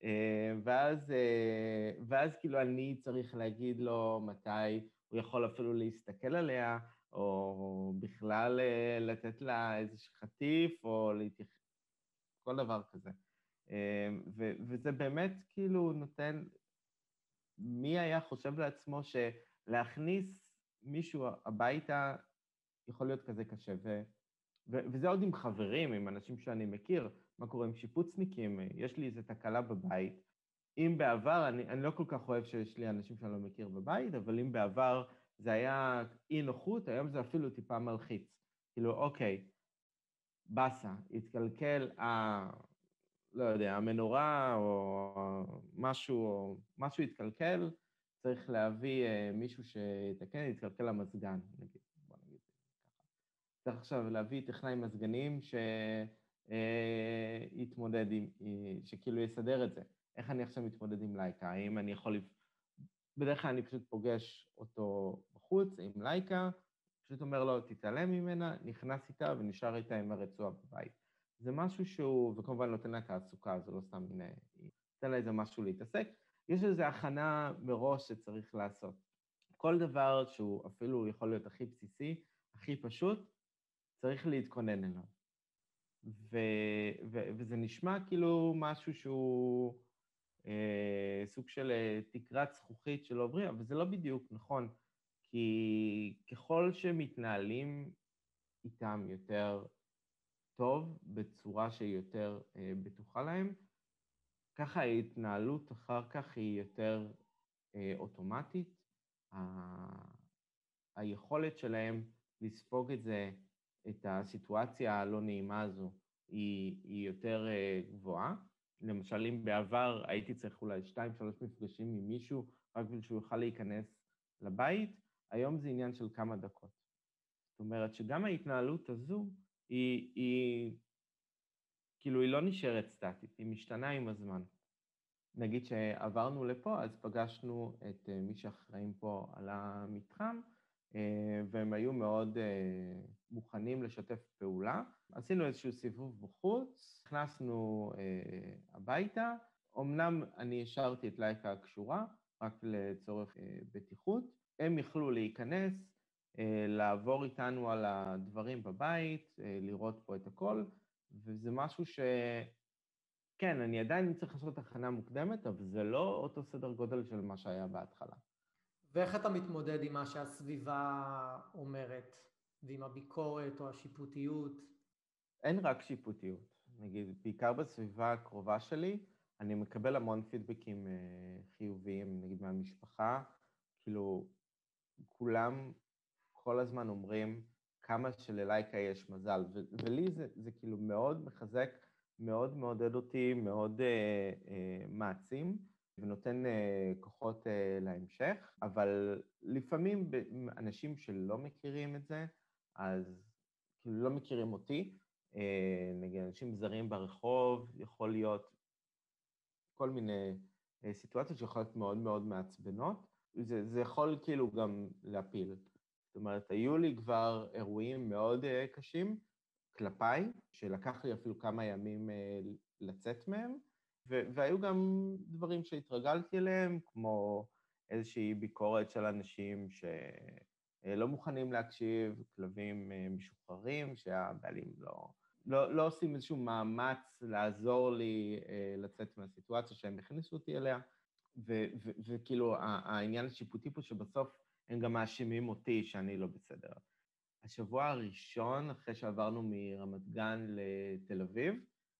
ואז כאילו אני צריך להגיד לו מתי הוא יכול אפילו להסתכל עליה, או בכלל לתת לה איזשהו חטיף, או להתייחס, כל דבר כזה. וזה באמת כאילו נותן, מי היה חושב לעצמו שלהכניס מישהו הביתה יכול להיות כזה קשה, וזה עוד עם חברים, עם אנשים שאני מכיר, מה קורה עם שיפוצניקים, יש לי איזו תקלה בבית. אם בעבר, אני לא כל כך אוהב שיש לי אנשים שאני לא מכיר בבית, אבל אם בעבר זה היה אי נוחות, היום זה אפילו טיפה מלחיץ. כאילו, אוקיי, בסה, התקלקל, לא יודע, המנורה או משהו התקלקל, צריך להביא מישהו שיתקן, יתקלקל המזגן, נגיד. בוא נגיד. צריך עכשיו להביא טכנאי מזגנים שיתמודד שכאילו יסדר את זה. איך אני עכשיו מתמודד עם לייקה? האם אני יכול... בדרך כלל אני פשוט פוגש אותו בחוץ עם לייקה, פשוט אומר לו, תתעלם ממנה, נכנס איתה ונשאר איתה עם הרצועה בבית. זה משהו שהוא, וכמובן נותן לה תעסוקה, זה לא סתם, הנה, נותן לה איזה משהו להתעסק. יש איזו הכנה מראש שצריך לעשות. כל דבר שהוא אפילו יכול להיות הכי בסיסי, הכי פשוט, צריך להתכונן אליו. וזה נשמע כאילו משהו שהוא סוג של תקרת זכוכית של עוברים, אבל זה לא בדיוק נכון, כי ככל שמתנהלים איתם יותר טוב, בצורה שהיא יותר בטוחה להם, ככה ההתנהלות אחר כך היא יותר אוטומטית. היכולת שלהם לספוג את זה, את הסיטואציה הלא נעימה הזו, היא יותר גבוהה. למשל, אם בעבר הייתי צריך אולי 2-3 מפגשים עם מישהו, רק בשביל שהוא יוכל להיכנס לבית, היום זה עניין של כמה דקות. זאת אומרת שגם ההתנהלות הזו, כאילו היא לא נשארת סטטית, היא משתנה עם הזמן. נגיד שעברנו לפה, אז פגשנו את מי שאחראים פה על המתחם, והם היו מאוד מוכנים לשתף פעולה. עשינו איזשהו סיבוב בחוץ, נכנסנו הביתה, אמנם אני השארתי את לייקה הקשורה, רק לצורך בטיחות. הם יכלו להיכנס, לעבור איתנו על הדברים בבית, לראות פה את הכל, וזה משהו כן, אני עדיין צריך לעשות הכנה מוקדמת, אבל זה לא אותו סדר גודל של מה שהיה בהתחלה. ואיך אתה מתמודד עם מה שהסביבה אומרת, ועם הביקורת או השיפוטיות? אין רק שיפוטיות. נגיד, בעיקר בסביבה הקרובה שלי, אני מקבל המון פידבקים חיוביים, נגיד מהמשפחה, כאילו, כולם כל הזמן אומרים כמה שללייקה יש מזל, ולי זה כאילו מאוד מחזק, מאוד מעודד אותי, מאוד מעצים, ונותן כוחות להמשך, אבל לפעמים אנשים שלא מכירים את זה, אז כאילו לא מכירים אותי, נגיד אנשים זרים ברחוב, יכול להיות כל מיני סיטואציות שיכולות להיות מאוד מאוד מעצבנות, זה יכול כאילו גם להפיל. זאת אומרת, היו לי כבר אירועים מאוד קשים כלפיי, שלקח לי אפילו כמה ימים לצאת מהם, והיו גם דברים שהתרגלתי אליהם, כמו איזושהי ביקורת של אנשים שלא מוכנים להקשיב, כלבים משוחררים, שהבעלים לא עושים איזשהו מאמץ לעזור לי לצאת מהסיטואציה שהם הכניסו אותי אליה, וכאילו העניין השיפוטי פה שבסוף הם גם מאשימים אותי שאני לא בסדר. השבוע הראשון, אחרי שעברנו מרמת גן לתל אביב,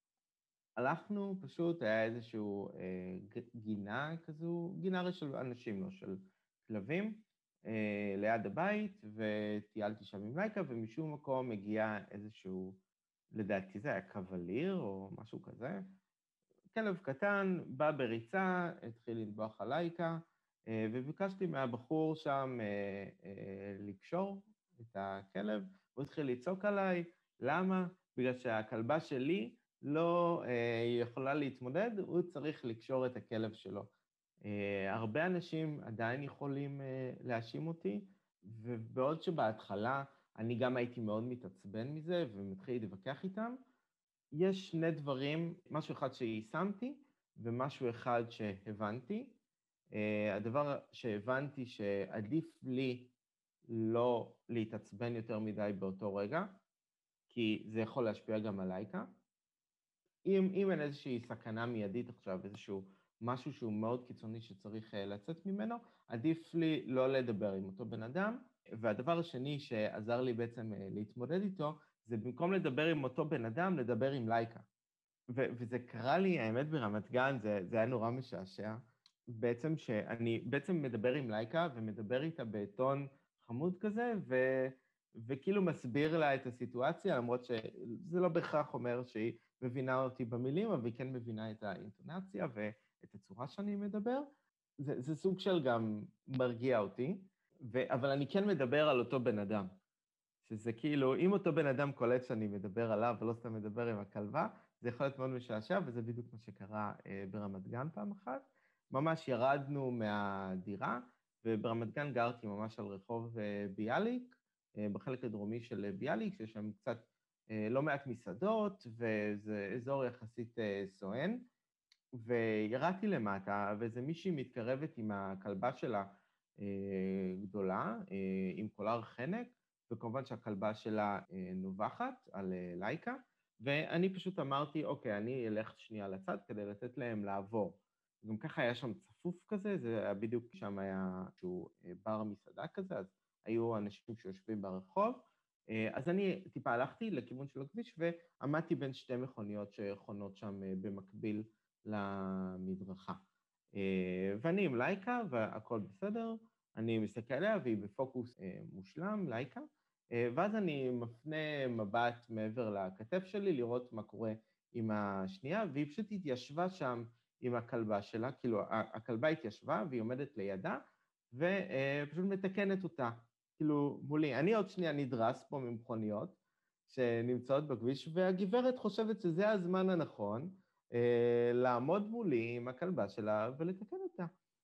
הלכנו פשוט, היה איזשהו גינה כזו, גינה של אנשים, לא של כלבים, ליד הבית, וטיילתי שם עם לייקה, ומשום מקום הגיע איזשהו, לדעתי זה היה קווליר או משהו כזה, כלב קטן, בא בריצה, התחיל לנבוח על לייקה, וביקשתי מהבחור שם לקשור את הכלב, הוא התחיל לצעוק עליי, למה? בגלל שהכלבה שלי לא יכולה להתמודד, הוא צריך לקשור את הכלב שלו. הרבה אנשים עדיין יכולים להאשים אותי, ובעוד שבהתחלה אני גם הייתי מאוד מתעצבן מזה ומתחיל להתווכח איתם, יש שני דברים, משהו אחד שיישמתי ומשהו אחד שהבנתי. הדבר שהבנתי שעדיף לי לא להתעצבן יותר מדי באותו רגע, כי זה יכול להשפיע גם על לייקה. אם אין איזושהי סכנה מיידית עכשיו, איזשהו משהו שהוא מאוד קיצוני שצריך לצאת ממנו, עדיף לי לא לדבר עם אותו בן אדם. והדבר השני שעזר לי בעצם להתמודד איתו, זה במקום לדבר עם אותו בן אדם, לדבר עם לייקה. וזה קרה לי, האמת ברמת גן, זה היה נורא משעשע. בעצם שאני בעצם מדבר עם לייקה ומדבר איתה בטון חמוד כזה, וכאילו מסביר לה את הסיטואציה, למרות שזה לא בהכרח אומר שהיא מבינה אותי במילים, אבל היא כן מבינה את האינטונציה ואת הצורה שאני מדבר. זה סוג של גם מרגיע אותי, אבל אני כן מדבר על אותו בן אדם. שזה כאילו, אם אותו בן אדם קולט שאני מדבר עליו ולא סתם מדבר עם הכלבה, זה יכול להיות מאוד משעשע, וזה בדיוק מה שקרה ברמת גן פעם אחת. ממש ירדנו מהדירה, וברמת גן גרתי ממש על רחוב ביאליק, בחלק הדרומי של ביאליק, שיש שם קצת לא מעט מסעדות, וזה אזור יחסית סואן, וירדתי למטה, ואיזה מישהי מתקרבת עם הכלבה שלה גדולה, עם קולר חנק, וכמובן שהכלבה שלה נובחת על לייקה, ואני פשוט אמרתי, אוקיי, אני אלך שנייה לצד כדי לתת להם לעבור. גם ככה היה שם צפוף כזה, זה היה בדיוק שם היה שהוא בר מסעדה כזה, אז היו אנשים שיושבים ברחוב, אז אני טיפה הלכתי לכיוון של הכביש, ועמדתי בין שתי מכוניות שחונות שם במקביל למדרכה. ואני עם לייקה, והכל בסדר, אני מסתכל עליה, והיא בפוקוס מושלם, לייקה, ואז אני מפנה מבט מעבר לכתף שלי, לראות מה קורה עם השנייה, והיא פשוט התיישבה שם עם הכלבה שלה, כאילו הכלבה התיישבה, והיא עומדת לידה, ופשוט מתקנת אותה, כאילו מולי. אני עוד שנייה נדרס פה ממכוניות, שנמצאות בכביש, והגברת חושבת שזה הזמן הנכון, לעמוד מולי עם הכלבה שלה ולתקן אותה.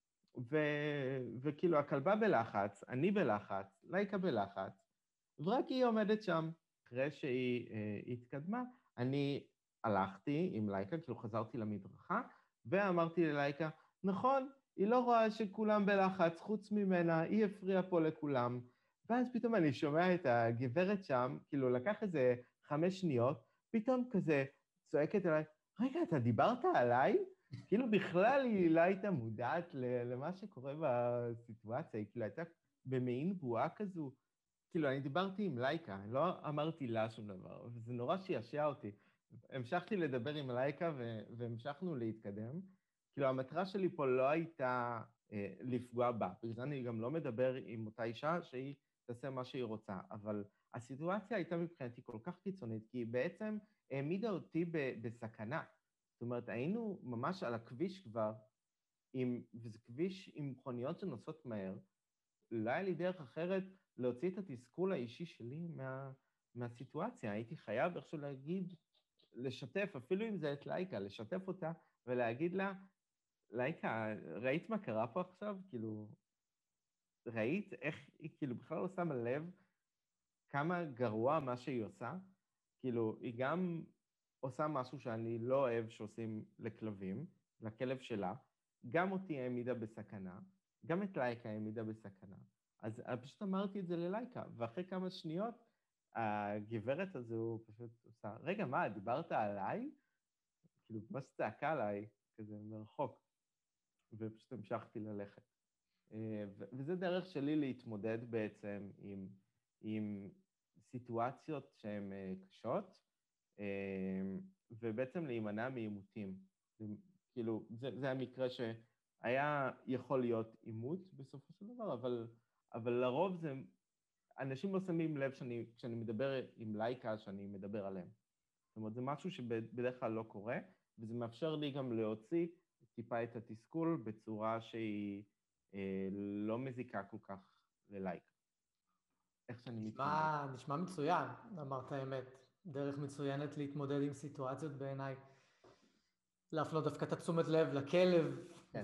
וכאילו הכלבה בלחץ, אני בלחץ, לייקה בלחץ, ורק היא עומדת שם. אחרי שהיא התקדמה, אני הלכתי עם לייקה, כאילו חזרתי למדרכה, ואמרתי ללייקה, נכון, היא לא רואה שכולם בלחץ, חוץ ממנה, היא הפריעה פה לכולם. ואז פתאום אני שומע את הגברת שם, כאילו לקח איזה 5 שניות, פתאום כזה צועקת אליי, רגע, אתה דיברת עליי? כאילו בכלל היא לא הייתה מודעת למה שקורה בסיטואציה, היא כאילו הייתה במעין בועה כזו. כאילו, אני דיברתי עם לייקה, אני לא אמרתי לה שום דבר, וזה נורא שישע אותי. המשכתי לדבר עם לייקה והמשכנו להתקדם. כאילו, המטרה שלי פה לא הייתה לפגוע בה, בגלל זה אני גם לא מדבר עם אותה אישה שהיא תעשה מה שהיא רוצה, אבל הסיטואציה הייתה מבחינתי כל כך קיצונית, כי היא בעצם העמידה אותי בסכנה. זאת אומרת, היינו ממש על הכביש כבר, וזה כביש עם מכוניות שנוסעות מהר, לא היה לי דרך אחרת להוציא את התסכול האישי שלי מהסיטואציה. הייתי חייב איכשהו להגיד, לשתף, אפילו אם זה את לייקה, לשתף אותה ולהגיד לה, לייקה, ראית מה קרה פה עכשיו? כאילו, ראית איך היא כאילו בכלל לא שמה לב כמה גרוע מה שהיא עושה? כאילו, היא גם עושה משהו שאני לא אוהב שעושים לכלבים, לכלב שלה, גם אותי העמידה בסכנה, גם את לייקה העמידה בסכנה. אז פשוט אמרתי את זה ללייקה, ואחרי כמה שניות, הגברת הזו פשוט עושה, רגע, מה, דיברת עליי? כאילו, ממש צעקה עליי, כזה מרחוק, ופשוט המשכתי ללכת. וזה דרך שלי להתמודד בעצם עם סיטואציות שהן קשות, ובעצם להימנע מעימותים. כאילו, זה המקרה שהיה יכול להיות עימות בסופו של דבר, אבל לרוב זה, אנשים לא שמים לב כשאני מדבר עם לייקה, שאני מדבר עליהם. זאת אומרת, זה משהו שבדרך כלל לא קורה, וזה מאפשר לי גם להוציא טיפה את התסכול בצורה שהיא לא מזיקה כל כך ללייקה. איך שאני מתמודד. נשמע מצוין, אמרת האמת. דרך מצוינת להתמודד עם סיטואציות בעיניי. להפנות דווקא את התשומת לב לכלב כן.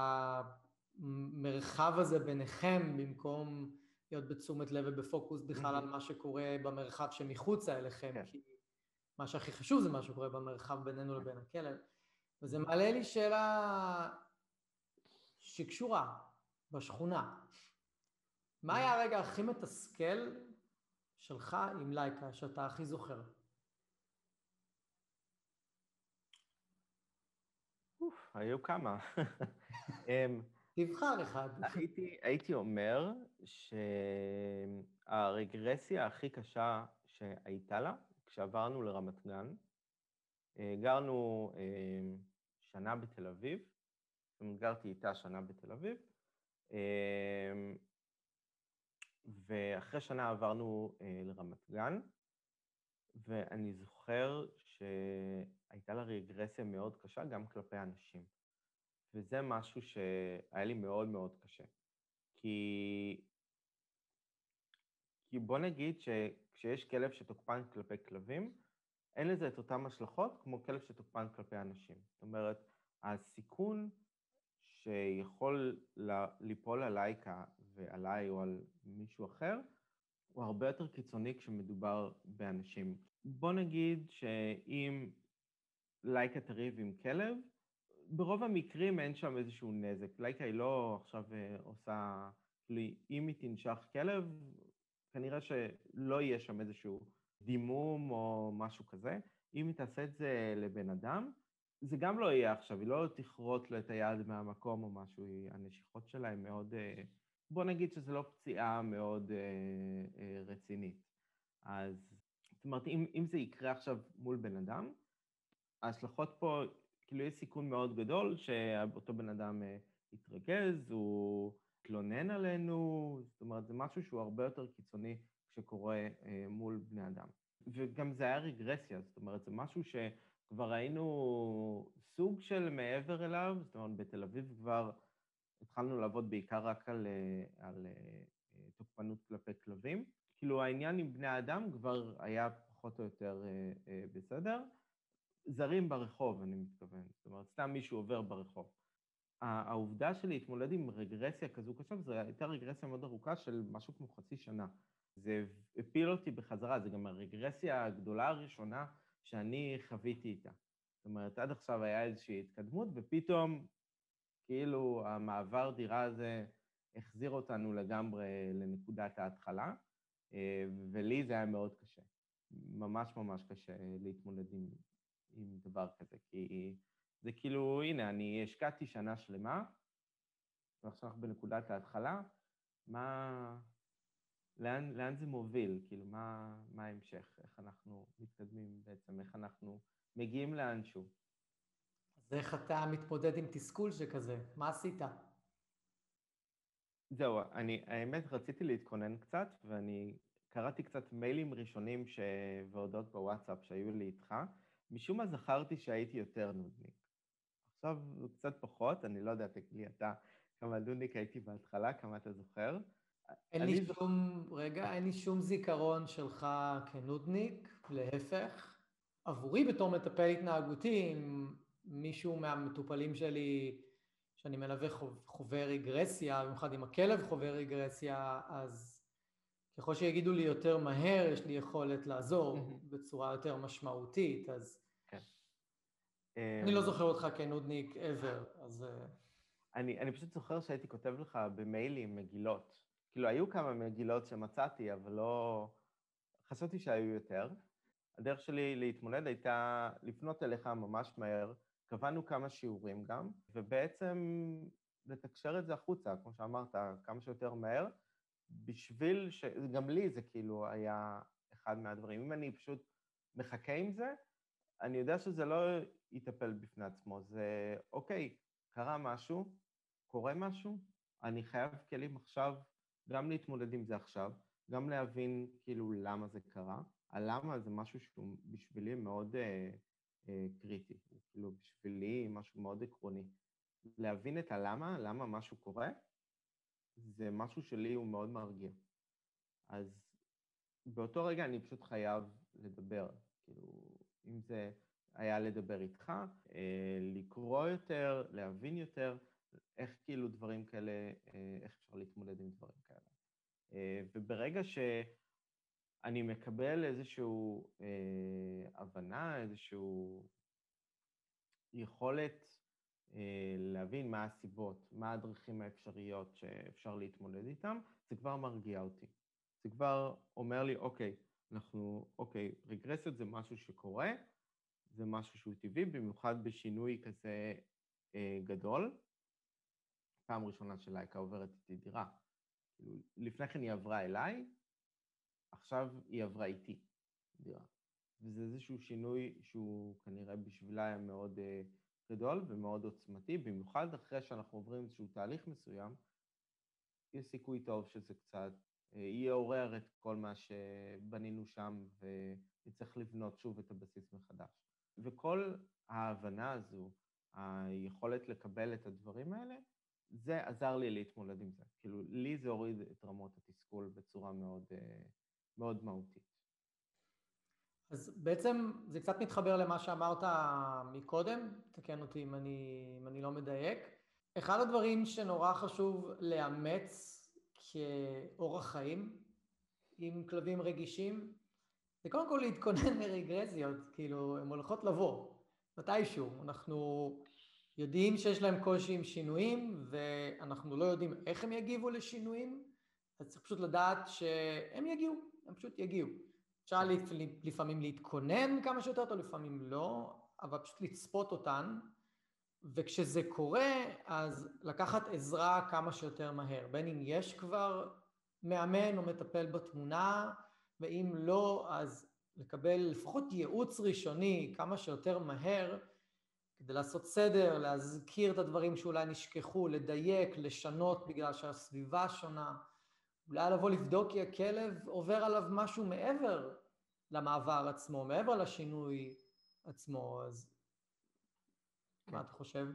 ולמרחב הזה ביניכם, במקום להיות בתשומת לב ובפוקוס בכלל על מה שקורה במרחב שמחוצה אליכם, כן. כי מה שהכי חשוב זה מה שקורה במרחב בינינו לבין הכלב. וזה מעלה לי שאלה שקשורה בשכונה. מה היה הרגע הכי מתסכל שלך עם לייקה, שאתה הכי זוכר? היו כמה. תבחר אחד. הייתי אומר שהרגרסיה הכי קשה שהייתה לה, כשעברנו לרמת גן, גרנו שנה בתל אביב, זאת אומרת, גרתי איתה שנה בתל אביב, ואחרי שנה עברנו לרמת גן, ואני זוכר שהייתה לה רגרסיה מאוד קשה גם כלפי אנשים. וזה משהו שהיה לי מאוד מאוד קשה. כי בוא נגיד שכשיש כלב שתוקפן כלפי כלבים, אין לזה את אותם השלכות כמו כלב שתוקפן כלפי אנשים. זאת אומרת, הסיכון שיכול ליפול על לייקה ועליי או על מישהו אחר, הוא הרבה יותר קיצוני כשמדובר באנשים. בוא נגיד שאם לייקה תריב עם כלב, ברוב המקרים אין שם איזשהו נזק. לייקה היא לא עכשיו עושה, אם היא תנשך כלב, כנראה שלא יהיה שם איזשהו דימום או משהו כזה. אם היא תעשה את זה לבן אדם, זה גם לא יהיה עכשיו, היא לא תכרות לו את היד מהמקום או משהו, הנשיכות שלה הן מאוד, בוא נגיד שזה לא פציעה מאוד רצינית. אז, זאת אומרת, אם זה יקרה עכשיו מול בן אדם, ההשלכות פה, כאילו יש סיכון מאוד גדול שאותו בן אדם יתרגז, הוא יתלונן עלינו, זאת אומרת, זה משהו שהוא הרבה יותר קיצוני כשקורה מול בני אדם. וגם זה היה רגרסיה, זאת אומרת, זה משהו שכבר היינו סוג של מעבר אליו, זאת אומרת, בתל אביב כבר התחלנו לעבוד בעיקר רק על תוקפנות כלפי כלבים. כאילו העניין עם בני האדם כבר היה פחות או יותר בסדר. זרים ברחוב, אני מתכוון. זאת אומרת, סתם מישהו עובר ברחוב. העובדה של להתמודד עם רגרסיה כזו קשה, זו הייתה רגרסיה מאוד ארוכה של משהו כמו חצי שנה. זה הפיל אותי בחזרה, זה גם הרגרסיה הגדולה הראשונה שאני חוויתי איתה. זאת אומרת, עד עכשיו היה איזושהי התקדמות, ופתאום כאילו המעבר דירה הזה החזיר אותנו לגמרי לנקודת ההתחלה, ולי זה היה מאוד קשה. ממש ממש קשה להתמודד עם דבר כזה, כי זה כאילו, הנה, אני השקעתי שנה שלמה, ועכשיו אנחנו בנקודת ההתחלה, לאן זה מוביל? כאילו, מה ההמשך? איך אנחנו מתקדמים בעצם? איך אנחנו מגיעים לאנשהו? אז איך אתה מתמודד עם תסכול שכזה? מה עשית? זהו, האמת רציתי להתכונן קצת, ואני קראתי קצת מיילים ראשונים והודעות בוואטסאפ שהיו לי איתך. משום מה זכרתי שהייתי יותר נודניק. עכשיו קצת פחות, אני לא יודע, תגיד לי אתה כמה נודניק הייתי בהתחלה, כמה אתה זוכר. אין לי שום זיכרון שלך כנודניק, להפך. עבורי בתור מטפל התנהגותי, אם מישהו מהמטופלים שלי, שאני מלווה חווה רגרסיה, במיוחד אם הכלב חווה רגרסיה, אז ככל שיגידו לי יותר מהר, יש לי יכולת לעזור בצורה יותר משמעותית, אז כן. אני לא זוכר אותך כנודניק ever, אז... אני פשוט זוכר שהייתי כותב לך במיילים מגילות. כאילו, היו כמה מגילות שמצאתי, אבל לא... חשבתי שהיו יותר. הדרך שלי להתמודד הייתה לפנות אליך ממש מהר, קבענו כמה שיעורים גם, ובעצם לתקשר את זה החוצה, כמו שאמרת, כמה שיותר מהר, בשביל גם לי זה כאילו היה אחד מהדברים. אם אני פשוט מחכה עם זה, אני יודע שזה לא יטפל בפני עצמו. זה, אוקיי, קרה משהו, קורה משהו, אני חייב כלים עכשיו גם להתמודד עם זה עכשיו, גם להבין כאילו למה זה קרה. הלמה זה משהו שהוא בשבילי מאוד קריטי, הוא כאילו בשבילי משהו מאוד עקרוני. להבין את הלמה, למה משהו קורה, זה משהו שלי הוא מאוד מרגיע. אז באותו רגע אני פשוט חייב לדבר, כאילו, אם זה היה לדבר איתך, לקרוא יותר, להבין יותר, איך כאילו דברים כאלה, איך אפשר להתמודד עם דברים כאלה. וברגע שאני מקבל איזושהי הבנה, איזושהי יכולת להבין מה הסיבות, מה הדרכים האפשריות שאפשר להתמודד איתן, זה כבר מרגיע אותי. זה כבר אומר לי, אוקיי, רגרסיות זה משהו שקורה, זה משהו שהוא טבעי, במיוחד בשינוי כזה גדול. פעם ראשונה שלייקה עוברת איתי דירה. לפני כן היא עברה אליי, עכשיו היא עברה איתי דירה. וזה איזשהו שינוי שהוא כנראה בשבילה היה מאוד גדול ומאוד עוצמתי, במיוחד אחרי שאנחנו עוברים איזשהו תהליך מסוים, יש סיכוי טוב שזה קצת יעורר את כל מה שבנינו שם, ונצטרך לבנות שוב את הבסיס מחדש. וכל ההבנה הזו, היכולת לקבל את הדברים האלה, זה עזר לי להתמודד עם זה. כאילו, לי זה הוריד את רמות התסכול בצורה מאוד, מאוד מהותית. אז בעצם זה קצת מתחבר למה שאמרת מקודם, תקן אותי אם אני לא מדייק. אחד הדברים שנורא חשוב לאמץ כאורח חיים עם כלבים רגישים, זה קודם כל להתכונן לרגרסיות, כאילו הן הולכות לבוא, מתישהו. אנחנו יודעים שיש להם קושי עם שינויים, ואנחנו לא יודעים איך הם יגיבו לשינויים, אז צריך פשוט לדעת שהם יגיעו, הם פשוט יגיעו. אפשר לפעמים להתכונן כמה שיותר טוב, לפעמים לא, אבל פשוט לצפות אותן, וכשזה קורה, אז לקחת עזרה כמה שיותר מהר, בין אם יש כבר מאמן או מטפל בתמונה, ואם לא, אז לקבל לפחות ייעוץ ראשוני כמה שיותר מהר, כדי לעשות סדר, להזכיר את הדברים שאולי נשכחו, לדייק, לשנות בגלל שהסביבה שונה, אולי לבוא לבדוק כי הכלב עובר עליו משהו מעבר למעבר עצמו, מעבר לשינוי עצמו, אז כן. מה אתה חושב?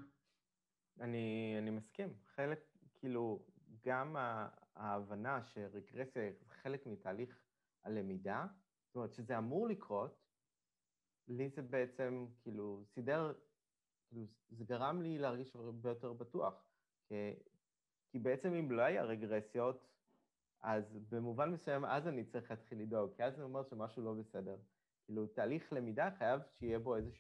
אני מסכים. חלק, כאילו, גם ההבנה שרגרסיה זה חלק מתהליך הלמידה, זאת אומרת שזה אמור לקרות, לי זה בעצם, כאילו, כאילו, זה גרם לי להרגיש הרבה יותר בטוח. כי בעצם אם לא היה רגרסיות, אז במובן מסוים, אז אני צריך להתחיל לדאוג, כי אז אני אומר שמשהו לא בסדר. כאילו, תהליך למידה חייב שיהיה בו איזשהו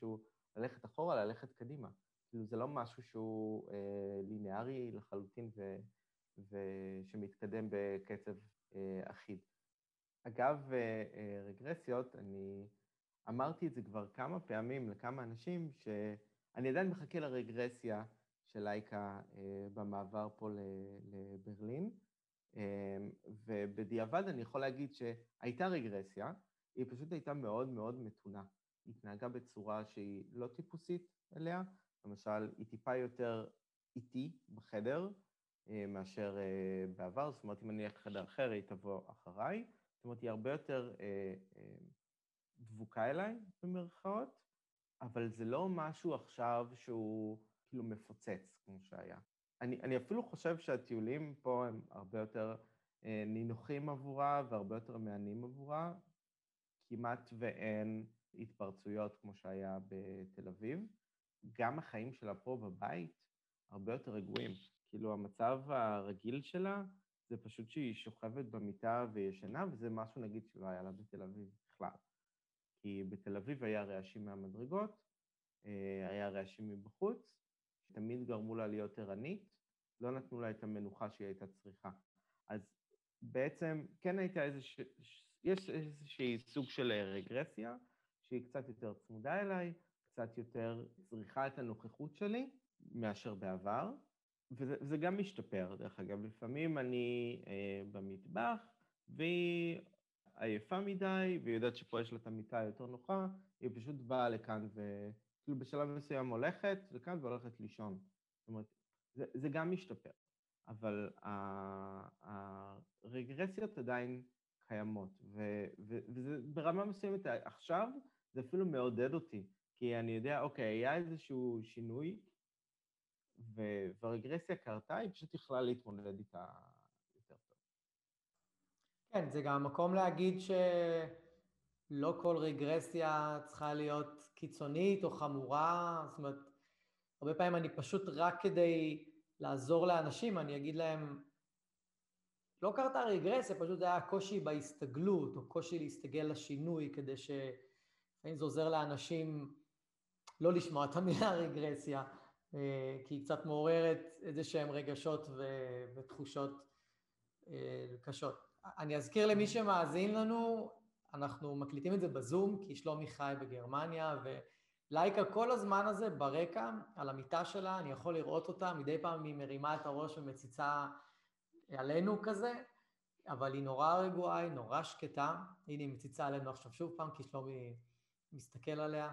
ללכת אחורה, ללכת קדימה. כאילו זה לא משהו שהוא ליניארי לחלוטין ושמתקדם בקצב אחיד. אגב, רגרסיות, אני אמרתי את זה כבר כמה פעמים לכמה אנשים, שאני עדיין מחכה לרגרסיה של לייקה במעבר פה לברלין, ובדיעבד אני יכול להגיד שהייתה רגרסיה, היא פשוט הייתה מאוד מאוד מתונה. היא התנהגה בצורה שהיא לא טיפוסית אליה, למשל, היא טיפה יותר איטי בחדר מאשר בעבר, זאת אומרת, אם אני אלך לחדר אחר, היא תבוא אחריי, זאת אומרת, היא הרבה יותר דבוקה אליי, במרכאות, אבל זה לא משהו עכשיו שהוא כאילו מפוצץ, כמו שהיה. אני אפילו חושב שהטיולים פה הם הרבה יותר נינוחים עבורה והרבה יותר מעניינים עבורה, כמעט ואין התפרצויות כמו שהיה בתל אביב. גם החיים שלה פה בבית הרבה יותר רגועים. כאילו המצב הרגיל שלה זה פשוט שהיא שוכבת במיטה וישנה, וזה משהו נגיד שלא היה לה בתל אביב בכלל. כי בתל אביב היה רעשים מהמדרגות, היה רעשים מבחוץ, שתמיד גרמו לה להיות ערנית, לא נתנו לה את המנוחה שהיא הייתה צריכה. אז בעצם כן הייתה יש איזושהי סוג של רגרסיה, שהיא קצת יותר צמודה אליי, קצת יותר צריכה את הנוכחות שלי מאשר בעבר, וזה גם משתפר, דרך אגב. לפעמים אני במטבח, והיא עייפה מדי, והיא יודעת שפה יש לה את המיטה יותר נוחה, היא פשוט באה לכאן וכאילו בשלב מסוים הולכת לכאן והולכת לישון. זאת אומרת, זה גם משתפר, אבל הרגרסיות עדיין קיימות, וזה ברמה מסוימת עכשיו, זה אפילו מעודד אותי, כי אני יודע, אוקיי, היה איזשהו שינוי, והרגרסיה קרתה, היא פשוט יכלה להתמודד איתה יותר טוב. כן, זה גם מקום להגיד שלא כל רגרסיה צריכה להיות קיצונית או חמורה, זאת אומרת, הרבה פעמים אני פשוט רק כדי לעזור לאנשים, אני אגיד להם, לא קרתה רגרסיה, פשוט היה קושי בהסתגלות, או קושי להסתגל לשינוי, כדי לפעמים זה עוזר לאנשים לא לשמוע את המילה רגרסיה, כי היא קצת מעוררת איזה שהם רגשות ותחושות קשות. אני אזכיר למי שמאזין לנו, אנחנו מקליטים את זה בזום, כי שלומי חי בגרמניה, ולייקה כל הזמן הזה ברקע, על המיטה שלה, אני יכול לראות אותה, מדי פעם היא מרימה את הראש ומציצה עלינו כזה, אבל היא נורא רגועה, היא נורא שקטה, הנה היא מציצה עלינו עכשיו שוב פעם, כי שלומי מסתכל עליה,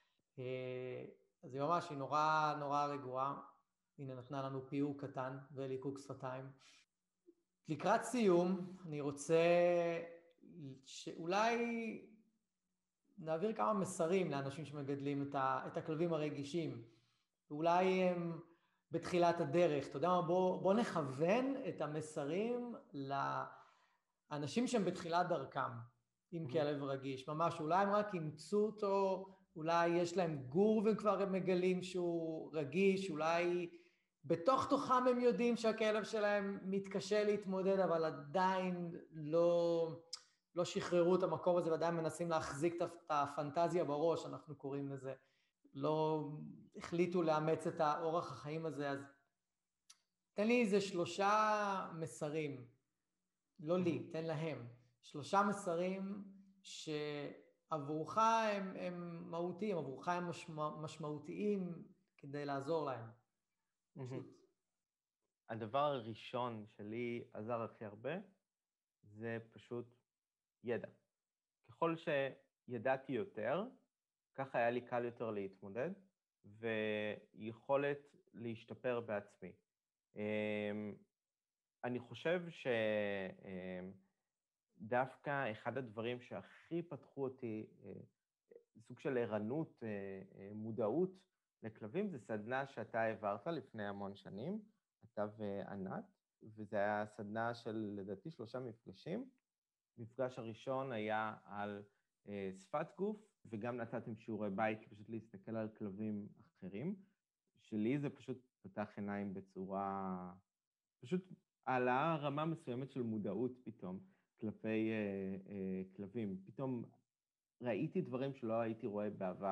אז היא ממש, היא נורא נורא רגועה, הנה נתנה לנו פיור קטן וליקוק שפתיים. לקראת סיום, אני רוצה שאולי נעביר כמה מסרים לאנשים שמגדלים את הכלבים הרגישים, ואולי הם בתחילת הדרך, אתה יודע מה, בוא נכוון את המסרים לאנשים שהם בתחילת דרכם עם כלב רגיש, ממש, אולי הם רק ימצאו אותו, אולי יש להם גור וכבר הם מגלים שהוא רגיש, אולי בתוך תוכם הם יודעים שהכלב שלהם מתקשה להתמודד, אבל עדיין לא שחררו את המקום הזה, ועדיין מנסים להחזיק את הפנטזיה בראש, אנחנו קוראים לזה, לא החליטו לאמץ את האורח החיים הזה, אז תן לי איזה 3 מסרים, לא לי, תן להם, 3 מסרים שעבורך הם מהותיים, עבורך הם משמעותיים כדי לעזור להם. הדבר הראשון שלי עזר הכי הרבה, זה פשוט ידע. ככל שידעתי יותר, ככה היה לי קל יותר להתמודד, ויכולת להשתפר בעצמי. אני חושב שדווקא אחד הדברים שהכי פתחו אותי, סוג של ערנות, מודעות לכלבים, זה סדנה שאתה העברת לפני המון שנים, אתה וענת, וזה היה סדנה של, לדעתי, 3 מפגשים. המפגש הראשון היה על שפת גוף, וגם נתתם שיעורי בית, פשוט להסתכל על כלבים אחרים. שלי זה פשוט פתח עיניים בצורה, פשוט העלה רמה מסוימת של מודעות פתאום, כלפי כלבים. פתאום ראיתי דברים שלא הייתי רואה בעבר,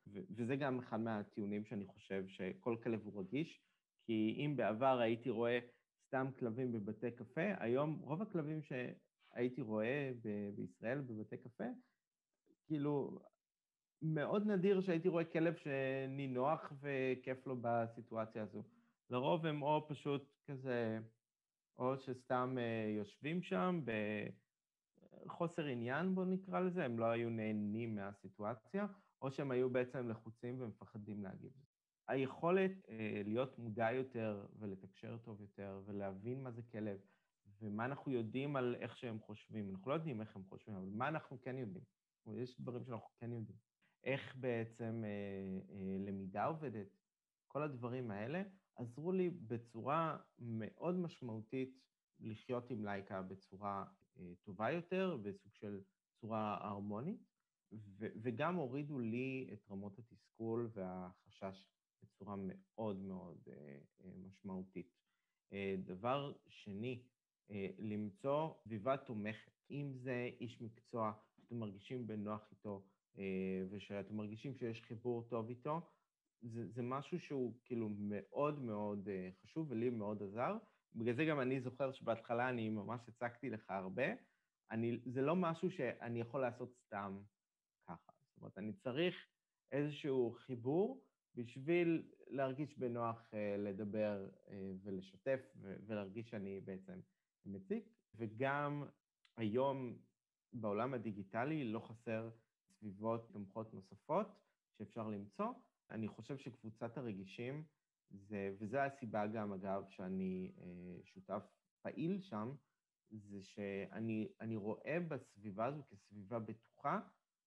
וזה גם אחד מהטיעונים שאני חושב שכל כלב הוא רגיש, כי אם בעבר הייתי רואה סתם כלבים בבתי קפה, היום רוב הכלבים שהייתי רואה בישראל בבתי קפה, כאילו מאוד נדיר שהייתי רואה כלב שנינוח וכיף לו בסיטואציה הזו. לרוב הם או פשוט כזה, או שסתם יושבים שם בחוסר עניין, בוא נקרא לזה, הם לא היו נהנים מהסיטואציה, או שהם היו בעצם לחוצים ומפחדים להגיב. היכולת להיות מודע יותר ולתקשר טוב יותר ולהבין מה זה כלב, ומה אנחנו יודעים על איך שהם חושבים. אנחנו לא יודעים איך הם חושבים, אבל מה אנחנו כן יודעים? יש דברים שאנחנו כן יודעים. איך בעצם למידה עובדת, כל הדברים האלה עזרו לי בצורה מאוד משמעותית לחיות עם לייקה בצורה טובה יותר, בסוג של צורה הרמונית, וגם הורידו לי את רמות התסכול והחשש בצורה מאוד מאוד משמעותית. דבר שני, למצוא סביבה תומכת. אם זה איש מקצוע שאתם מרגישים בנוח איתו, ושאתם מרגישים שיש חיבור טוב איתו, זה משהו שהוא כאילו מאוד מאוד חשוב ולי מאוד עזר. בגלל זה גם אני זוכר שבהתחלה אני ממש הצגתי לך הרבה. זה לא משהו שאני יכול לעשות סתם ככה. זאת אומרת, אני צריך איזשהו חיבור בשביל להרגיש בנוח לדבר ולשתף ולהרגיש שאני בעצם מציק. וגם היום בעולם הדיגיטלי לא חסר סביבות תומכות נוספות שאפשר למצוא. אני חושב שקבוצת הרגישים, וזו הסיבה גם, אגב, שאני שותף פעיל שם, זה שאני רואה בסביבה הזו כסביבה בטוחה,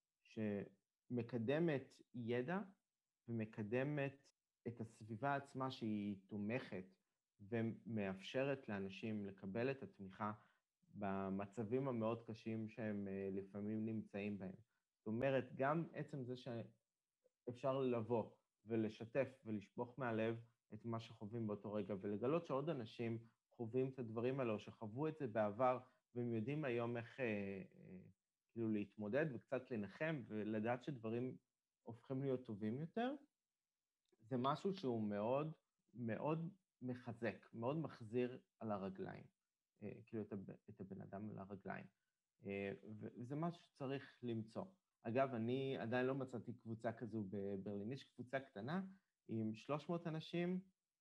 שמקדמת ידע ומקדמת את הסביבה עצמה שהיא תומכת ומאפשרת לאנשים לקבל את התמיכה במצבים המאוד קשים שהם לפעמים נמצאים בהם. זאת אומרת, גם עצם זה שאפשר לבוא ולשתף ולשפוך מהלב את מה שחווים באותו רגע, ולגלות שעוד אנשים חווים את הדברים האלו, שחוו את זה בעבר, והם יודעים היום איך כאילו להתמודד וקצת לנחם, ולדעת שדברים הופכים להיות טובים יותר, זה משהו שהוא מאוד מאוד מחזק, מאוד מחזיר על הרגליים, כאילו את הבן אדם על הרגליים. וזה משהו שצריך למצוא. אגב, אני עדיין לא מצאתי קבוצה כזו בברלין. יש קבוצה קטנה עם 300 אנשים,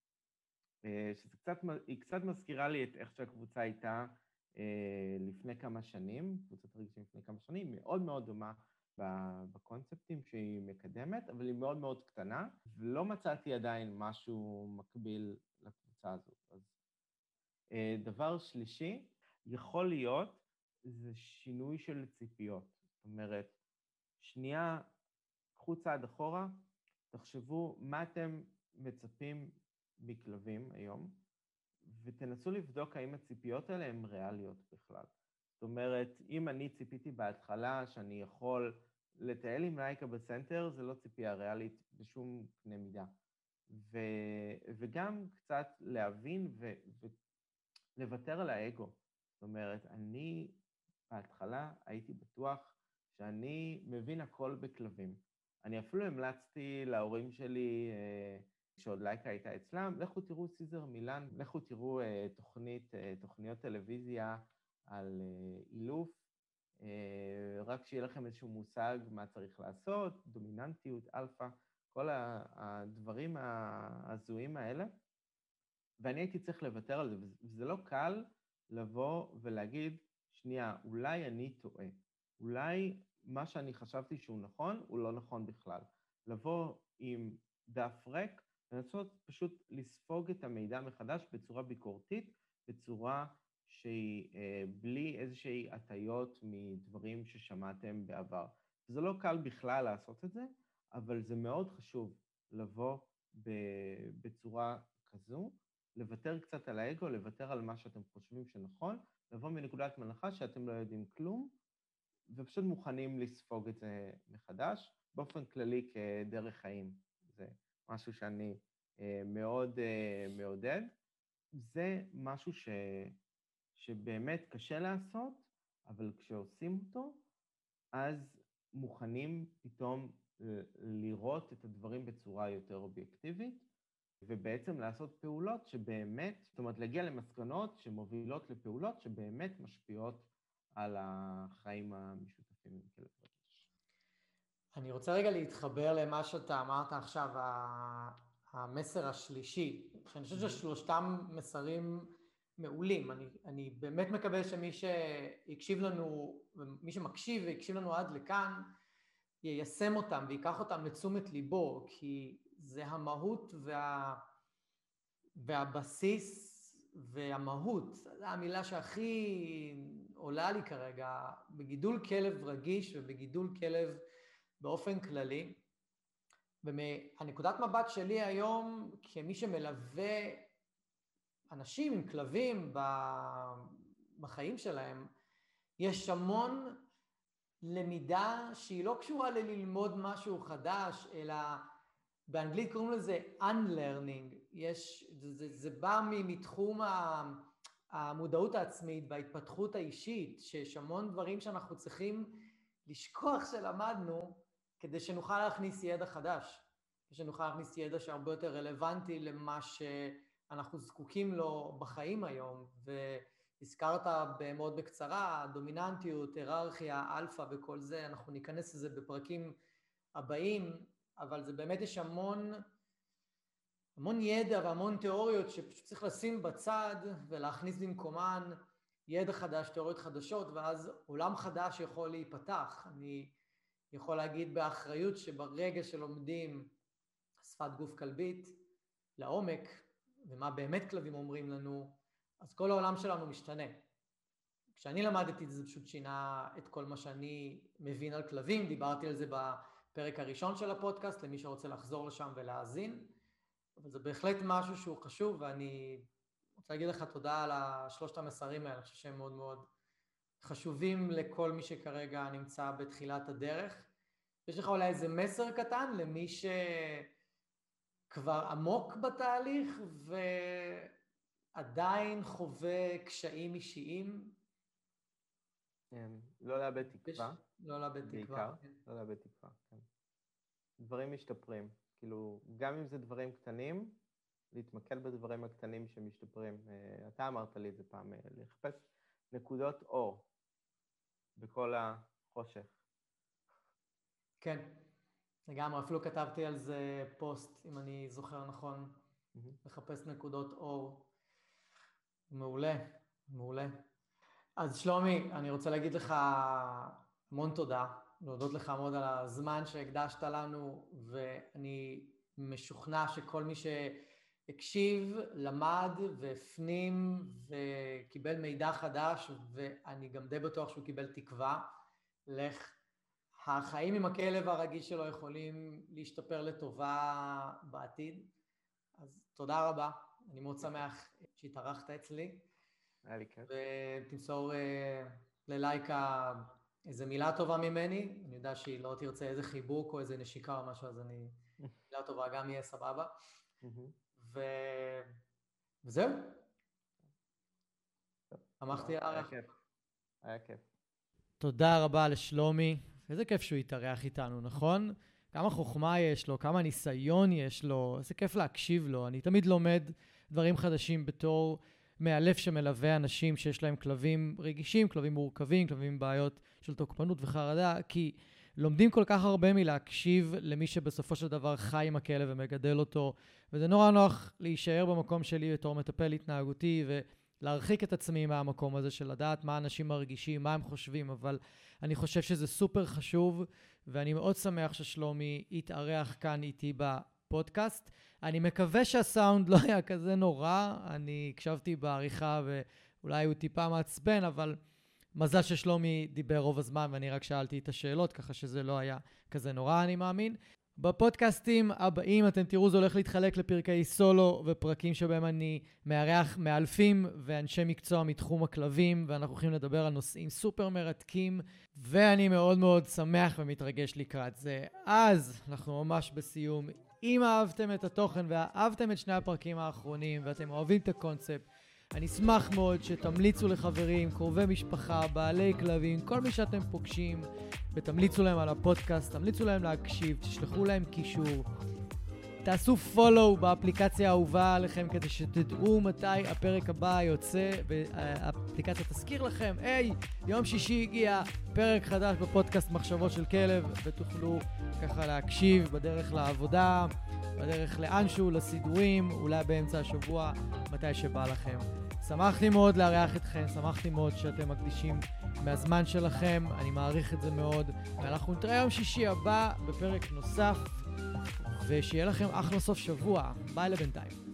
שהיא קצת מזכירה לי את איך שהקבוצה הייתה לפני כמה שנים, קבוצת הרגישים לפני כמה שנים, מאוד מאוד דומה בקונספטים שהיא מקדמת, אבל היא מאוד מאוד קטנה, ולא מצאתי עדיין משהו מקביל לקבוצה הזאת. אז דבר שלישי, יכול להיות, זה שינוי של ציפיות. זאת אומרת, שנייה, קחו צעד אחורה, תחשבו מה אתם מצפים מכלבים היום, ותנסו לבדוק האם הציפיות האלה הן ריאליות בכלל. זאת אומרת, אם אני ציפיתי בהתחלה שאני יכול לטייל עם לייקה בסנטר, זה לא ציפייה ריאלית בשום קנה מידה. וגם קצת להבין ולוותר על האגו. זאת אומרת, אני בהתחלה הייתי בטוח שאני מבין הכל בכלבים. אני אפילו המלצתי להורים שלי, כשעוד לייקה הייתה אצלם, לכו תראו סיזר מילן, לכו תראו תוכניות טלוויזיה על אילוף, רק שיהיה לכם איזשהו מושג מה צריך לעשות, דומיננטיות, אלפא, כל הדברים ההזויים האלה. ואני הייתי צריך לוותר על זה, וזה לא קל לבוא ולהגיד, שנייה, אולי אני טועה, אולי מה שאני חשבתי שהוא נכון, הוא לא נכון בכלל. לבוא עם דף ריק, ולנסות פשוט לספוג את המידע מחדש בצורה ביקורתית, בצורה שהיא בלי איזושהי הטיות מדברים ששמעתם בעבר. זה לא קל בכלל לעשות את זה, אבל זה מאוד חשוב לבוא בצורה כזו, לוותר קצת על האגו, לוותר על מה שאתם חושבים שנכון, לבוא מנקודת הנחה שאתם לא יודעים כלום, ופשוט מוכנים לספוג את זה מחדש, באופן כללי כדרך חיים. זה משהו שאני מאוד מעודד. זה משהו שבאמת קשה לעשות, אבל כשעושים אותו, אז מוכנים פתאום לראות את הדברים בצורה יותר אובייקטיבית, ובעצם לעשות פעולות שבאמת, זאת אומרת, להגיע למסקנות שמובילות לפעולות שבאמת משפיעות על החיים המשותפים עם כלב רגיש. אני רוצה רגע להתחבר למה שאתה אמרת עכשיו, המסר השלישי, שאני חושב ששלושתם מסרים מעולים. אני באמת מקווה שמי שיקשיב לנו, ומי שמקשיב ויקשיב לנו עד לכאן, יישם אותם ויקח אותם לתשומת ליבו, כי זה המהות והבסיס והמהות. זו המילה שהכי עולה לי כרגע, בגידול כלב רגיש ובגידול כלב באופן כללי. ומהנקודת מבט שלי היום, כמי שמלווה אנשים עם כלבים בחיים שלהם, יש המון למידה שהיא לא קשורה ללמוד משהו חדש, אלא באנגלית קוראים לזה unlearning. זה בא מתחום המודעות העצמית וההתפתחות האישית, שיש המון דברים שאנחנו צריכים לשכוח שלמדנו, כדי שנוכל להכניס ידע חדש, כדי שנוכל להכניס ידע שהרבה יותר רלוונטי למה שאנחנו זקוקים לו בחיים היום. והזכרת מאוד בקצרה, דומיננטיות, היררכיה, אלפא וכל זה, אנחנו ניכנס לזה בפרקים הבאים, אבל זה באמת יש המון ידע והמון תיאוריות שפשוט צריך לשים בצד ולהכניס במקומן ידע חדש, תיאוריות חדשות, ואז עולם חדש יכול להיפתח. אני יכול להגיד באחריות שברגע שלומדים שפת גוף כלבית לעומק, ומה באמת כלבים אומרים לנו, אז כל העולם שלנו משתנה. כשאני למדתי את זה, פשוט שינה את כל מה שאני מבין על כלבים. דיברתי על זה בפרק הראשון של הפודקאסט, למי שרוצה לחזור לשם ולהאזין. אבל זה בהחלט משהו שהוא חשוב, ואני רוצה להגיד לך תודה על שלושת המסרים האלה. אני חושב שהם מאוד מאוד חשובים לכל מי שכרגע נמצא בתחילת הדרך. יש לך אולי איזה מסר קטן למי שכבר עמוק בתהליך ועדיין חווה קשיים אישיים? לא לאבד תקווה. לא לאבד תקווה. בעיקר, לא לאבד תקווה, כן. דברים משתפרים. כאילו, גם אם זה דברים קטנים, להתמקד בדברים הקטנים שמשתפרים. אתה אמרת לי את זה פעם, לחפש נקודות אור בכל החושך. כן, לגמרי, אפילו כתבתי על זה פוסט, אם אני זוכר נכון, לחפש נקודות אור. מעולה, מעולה. אז שלומי, אני רוצה להגיד לך המון תודה, להודות לך מאוד על הזמן שהקדשת לנו, ואני משוכנע שכל מי שהקשיב, למד והפנים וקיבל מידע חדש, ואני גם די בטוח שהוא קיבל תקווה, החיים עם הכלב הרגיש שלו יכולים להשתפר לטובה בעתיד. אז תודה רבה, אני מאוד שמח שהתארחת אצלי. היה לי כיף. ותמסור ללייקה איזה מילה טובה ממני, אני יודע שהיא לא תרצה איזה חיבוק או איזה נשיקה או משהו, אז מילה טובה גם יהיה סבבה. וזהו. שמחתי לארח. היה כיף. תודה רבה לשלומי. איזה כיף שהוא יתארח איתנו, נכון? כמה חוכמה יש לו, כמה ניסיון יש לו, איזה כיף להקשיב לו. אני תמיד לומד דברים חדשים בתור מאלף שמלווה אנשים שיש להם כלבים רגישים, כלבים מורכבים, כלבים עם בעיות של תוקפנות וחרדה, כי לומדים כל כך הרבה מלהקשיב למי שבסופו של דבר חי עם הכלב ומגדל אותו, וזה נורא נוח להישאר במקום שלי בתור מטפל התנהגותי ולהרחיק את עצמי מהמקום הזה של לדעת מה אנשים מרגישים, מה הם חושבים, אבל אני חושב שזה סופר חשוב, ואני מאוד שמח ששלומי יתארח כאן איתי בפודקאסט. אני מקווה שהסאונד לא היה כזה נורא, אני הקשבתי בעריכה ואולי הוא טיפה מעצבן, אבל מזל ששלומי דיבר רוב הזמן ואני רק שאלתי את השאלות, ככה שזה לא היה כזה נורא, אני מאמין. בפודקאסטים הבאים אתם תראו זה הולך להתחלק לפרקי סולו ופרקים שבהם אני מארח מאלפים ואנשי מקצוע מתחום הכלבים, ואנחנו הולכים לדבר על נושאים סופר מרתקים, ואני מאוד מאוד שמח ומתרגש לקראת זה. אז אנחנו ממש בסיום. אם אהבתם את התוכן ואהבתם את שני הפרקים האחרונים ואתם אוהבים את הקונספט, אני אשמח מאוד שתמליצו לחברים, קרובי משפחה, בעלי כלבים, כל מי שאתם פוגשים, ותמליצו להם על הפודקאסט, תמליצו להם להקשיב, תשלחו להם קישור. תעשו פולו באפליקציה האהובה עליכם כדי שתדעו מתי הפרק הבא יוצא והאפליקציה תזכיר לכם, היי, יום שישי הגיע פרק חדש בפודקאסט מחשבות של כלב, ותוכלו ככה להקשיב בדרך לעבודה, בדרך לאנשהו, לסידורים, אולי באמצע השבוע, מתי שבא לכם. שמחתי מאוד לארח אתכם, שמחתי מאוד שאתם מקדישים מהזמן שלכם, אני מעריך את זה מאוד, ואנחנו נתראה יום שישי הבא בפרק נוסף, ושיהיה לכם אחלה סוף שבוע. ביי לבינתיים.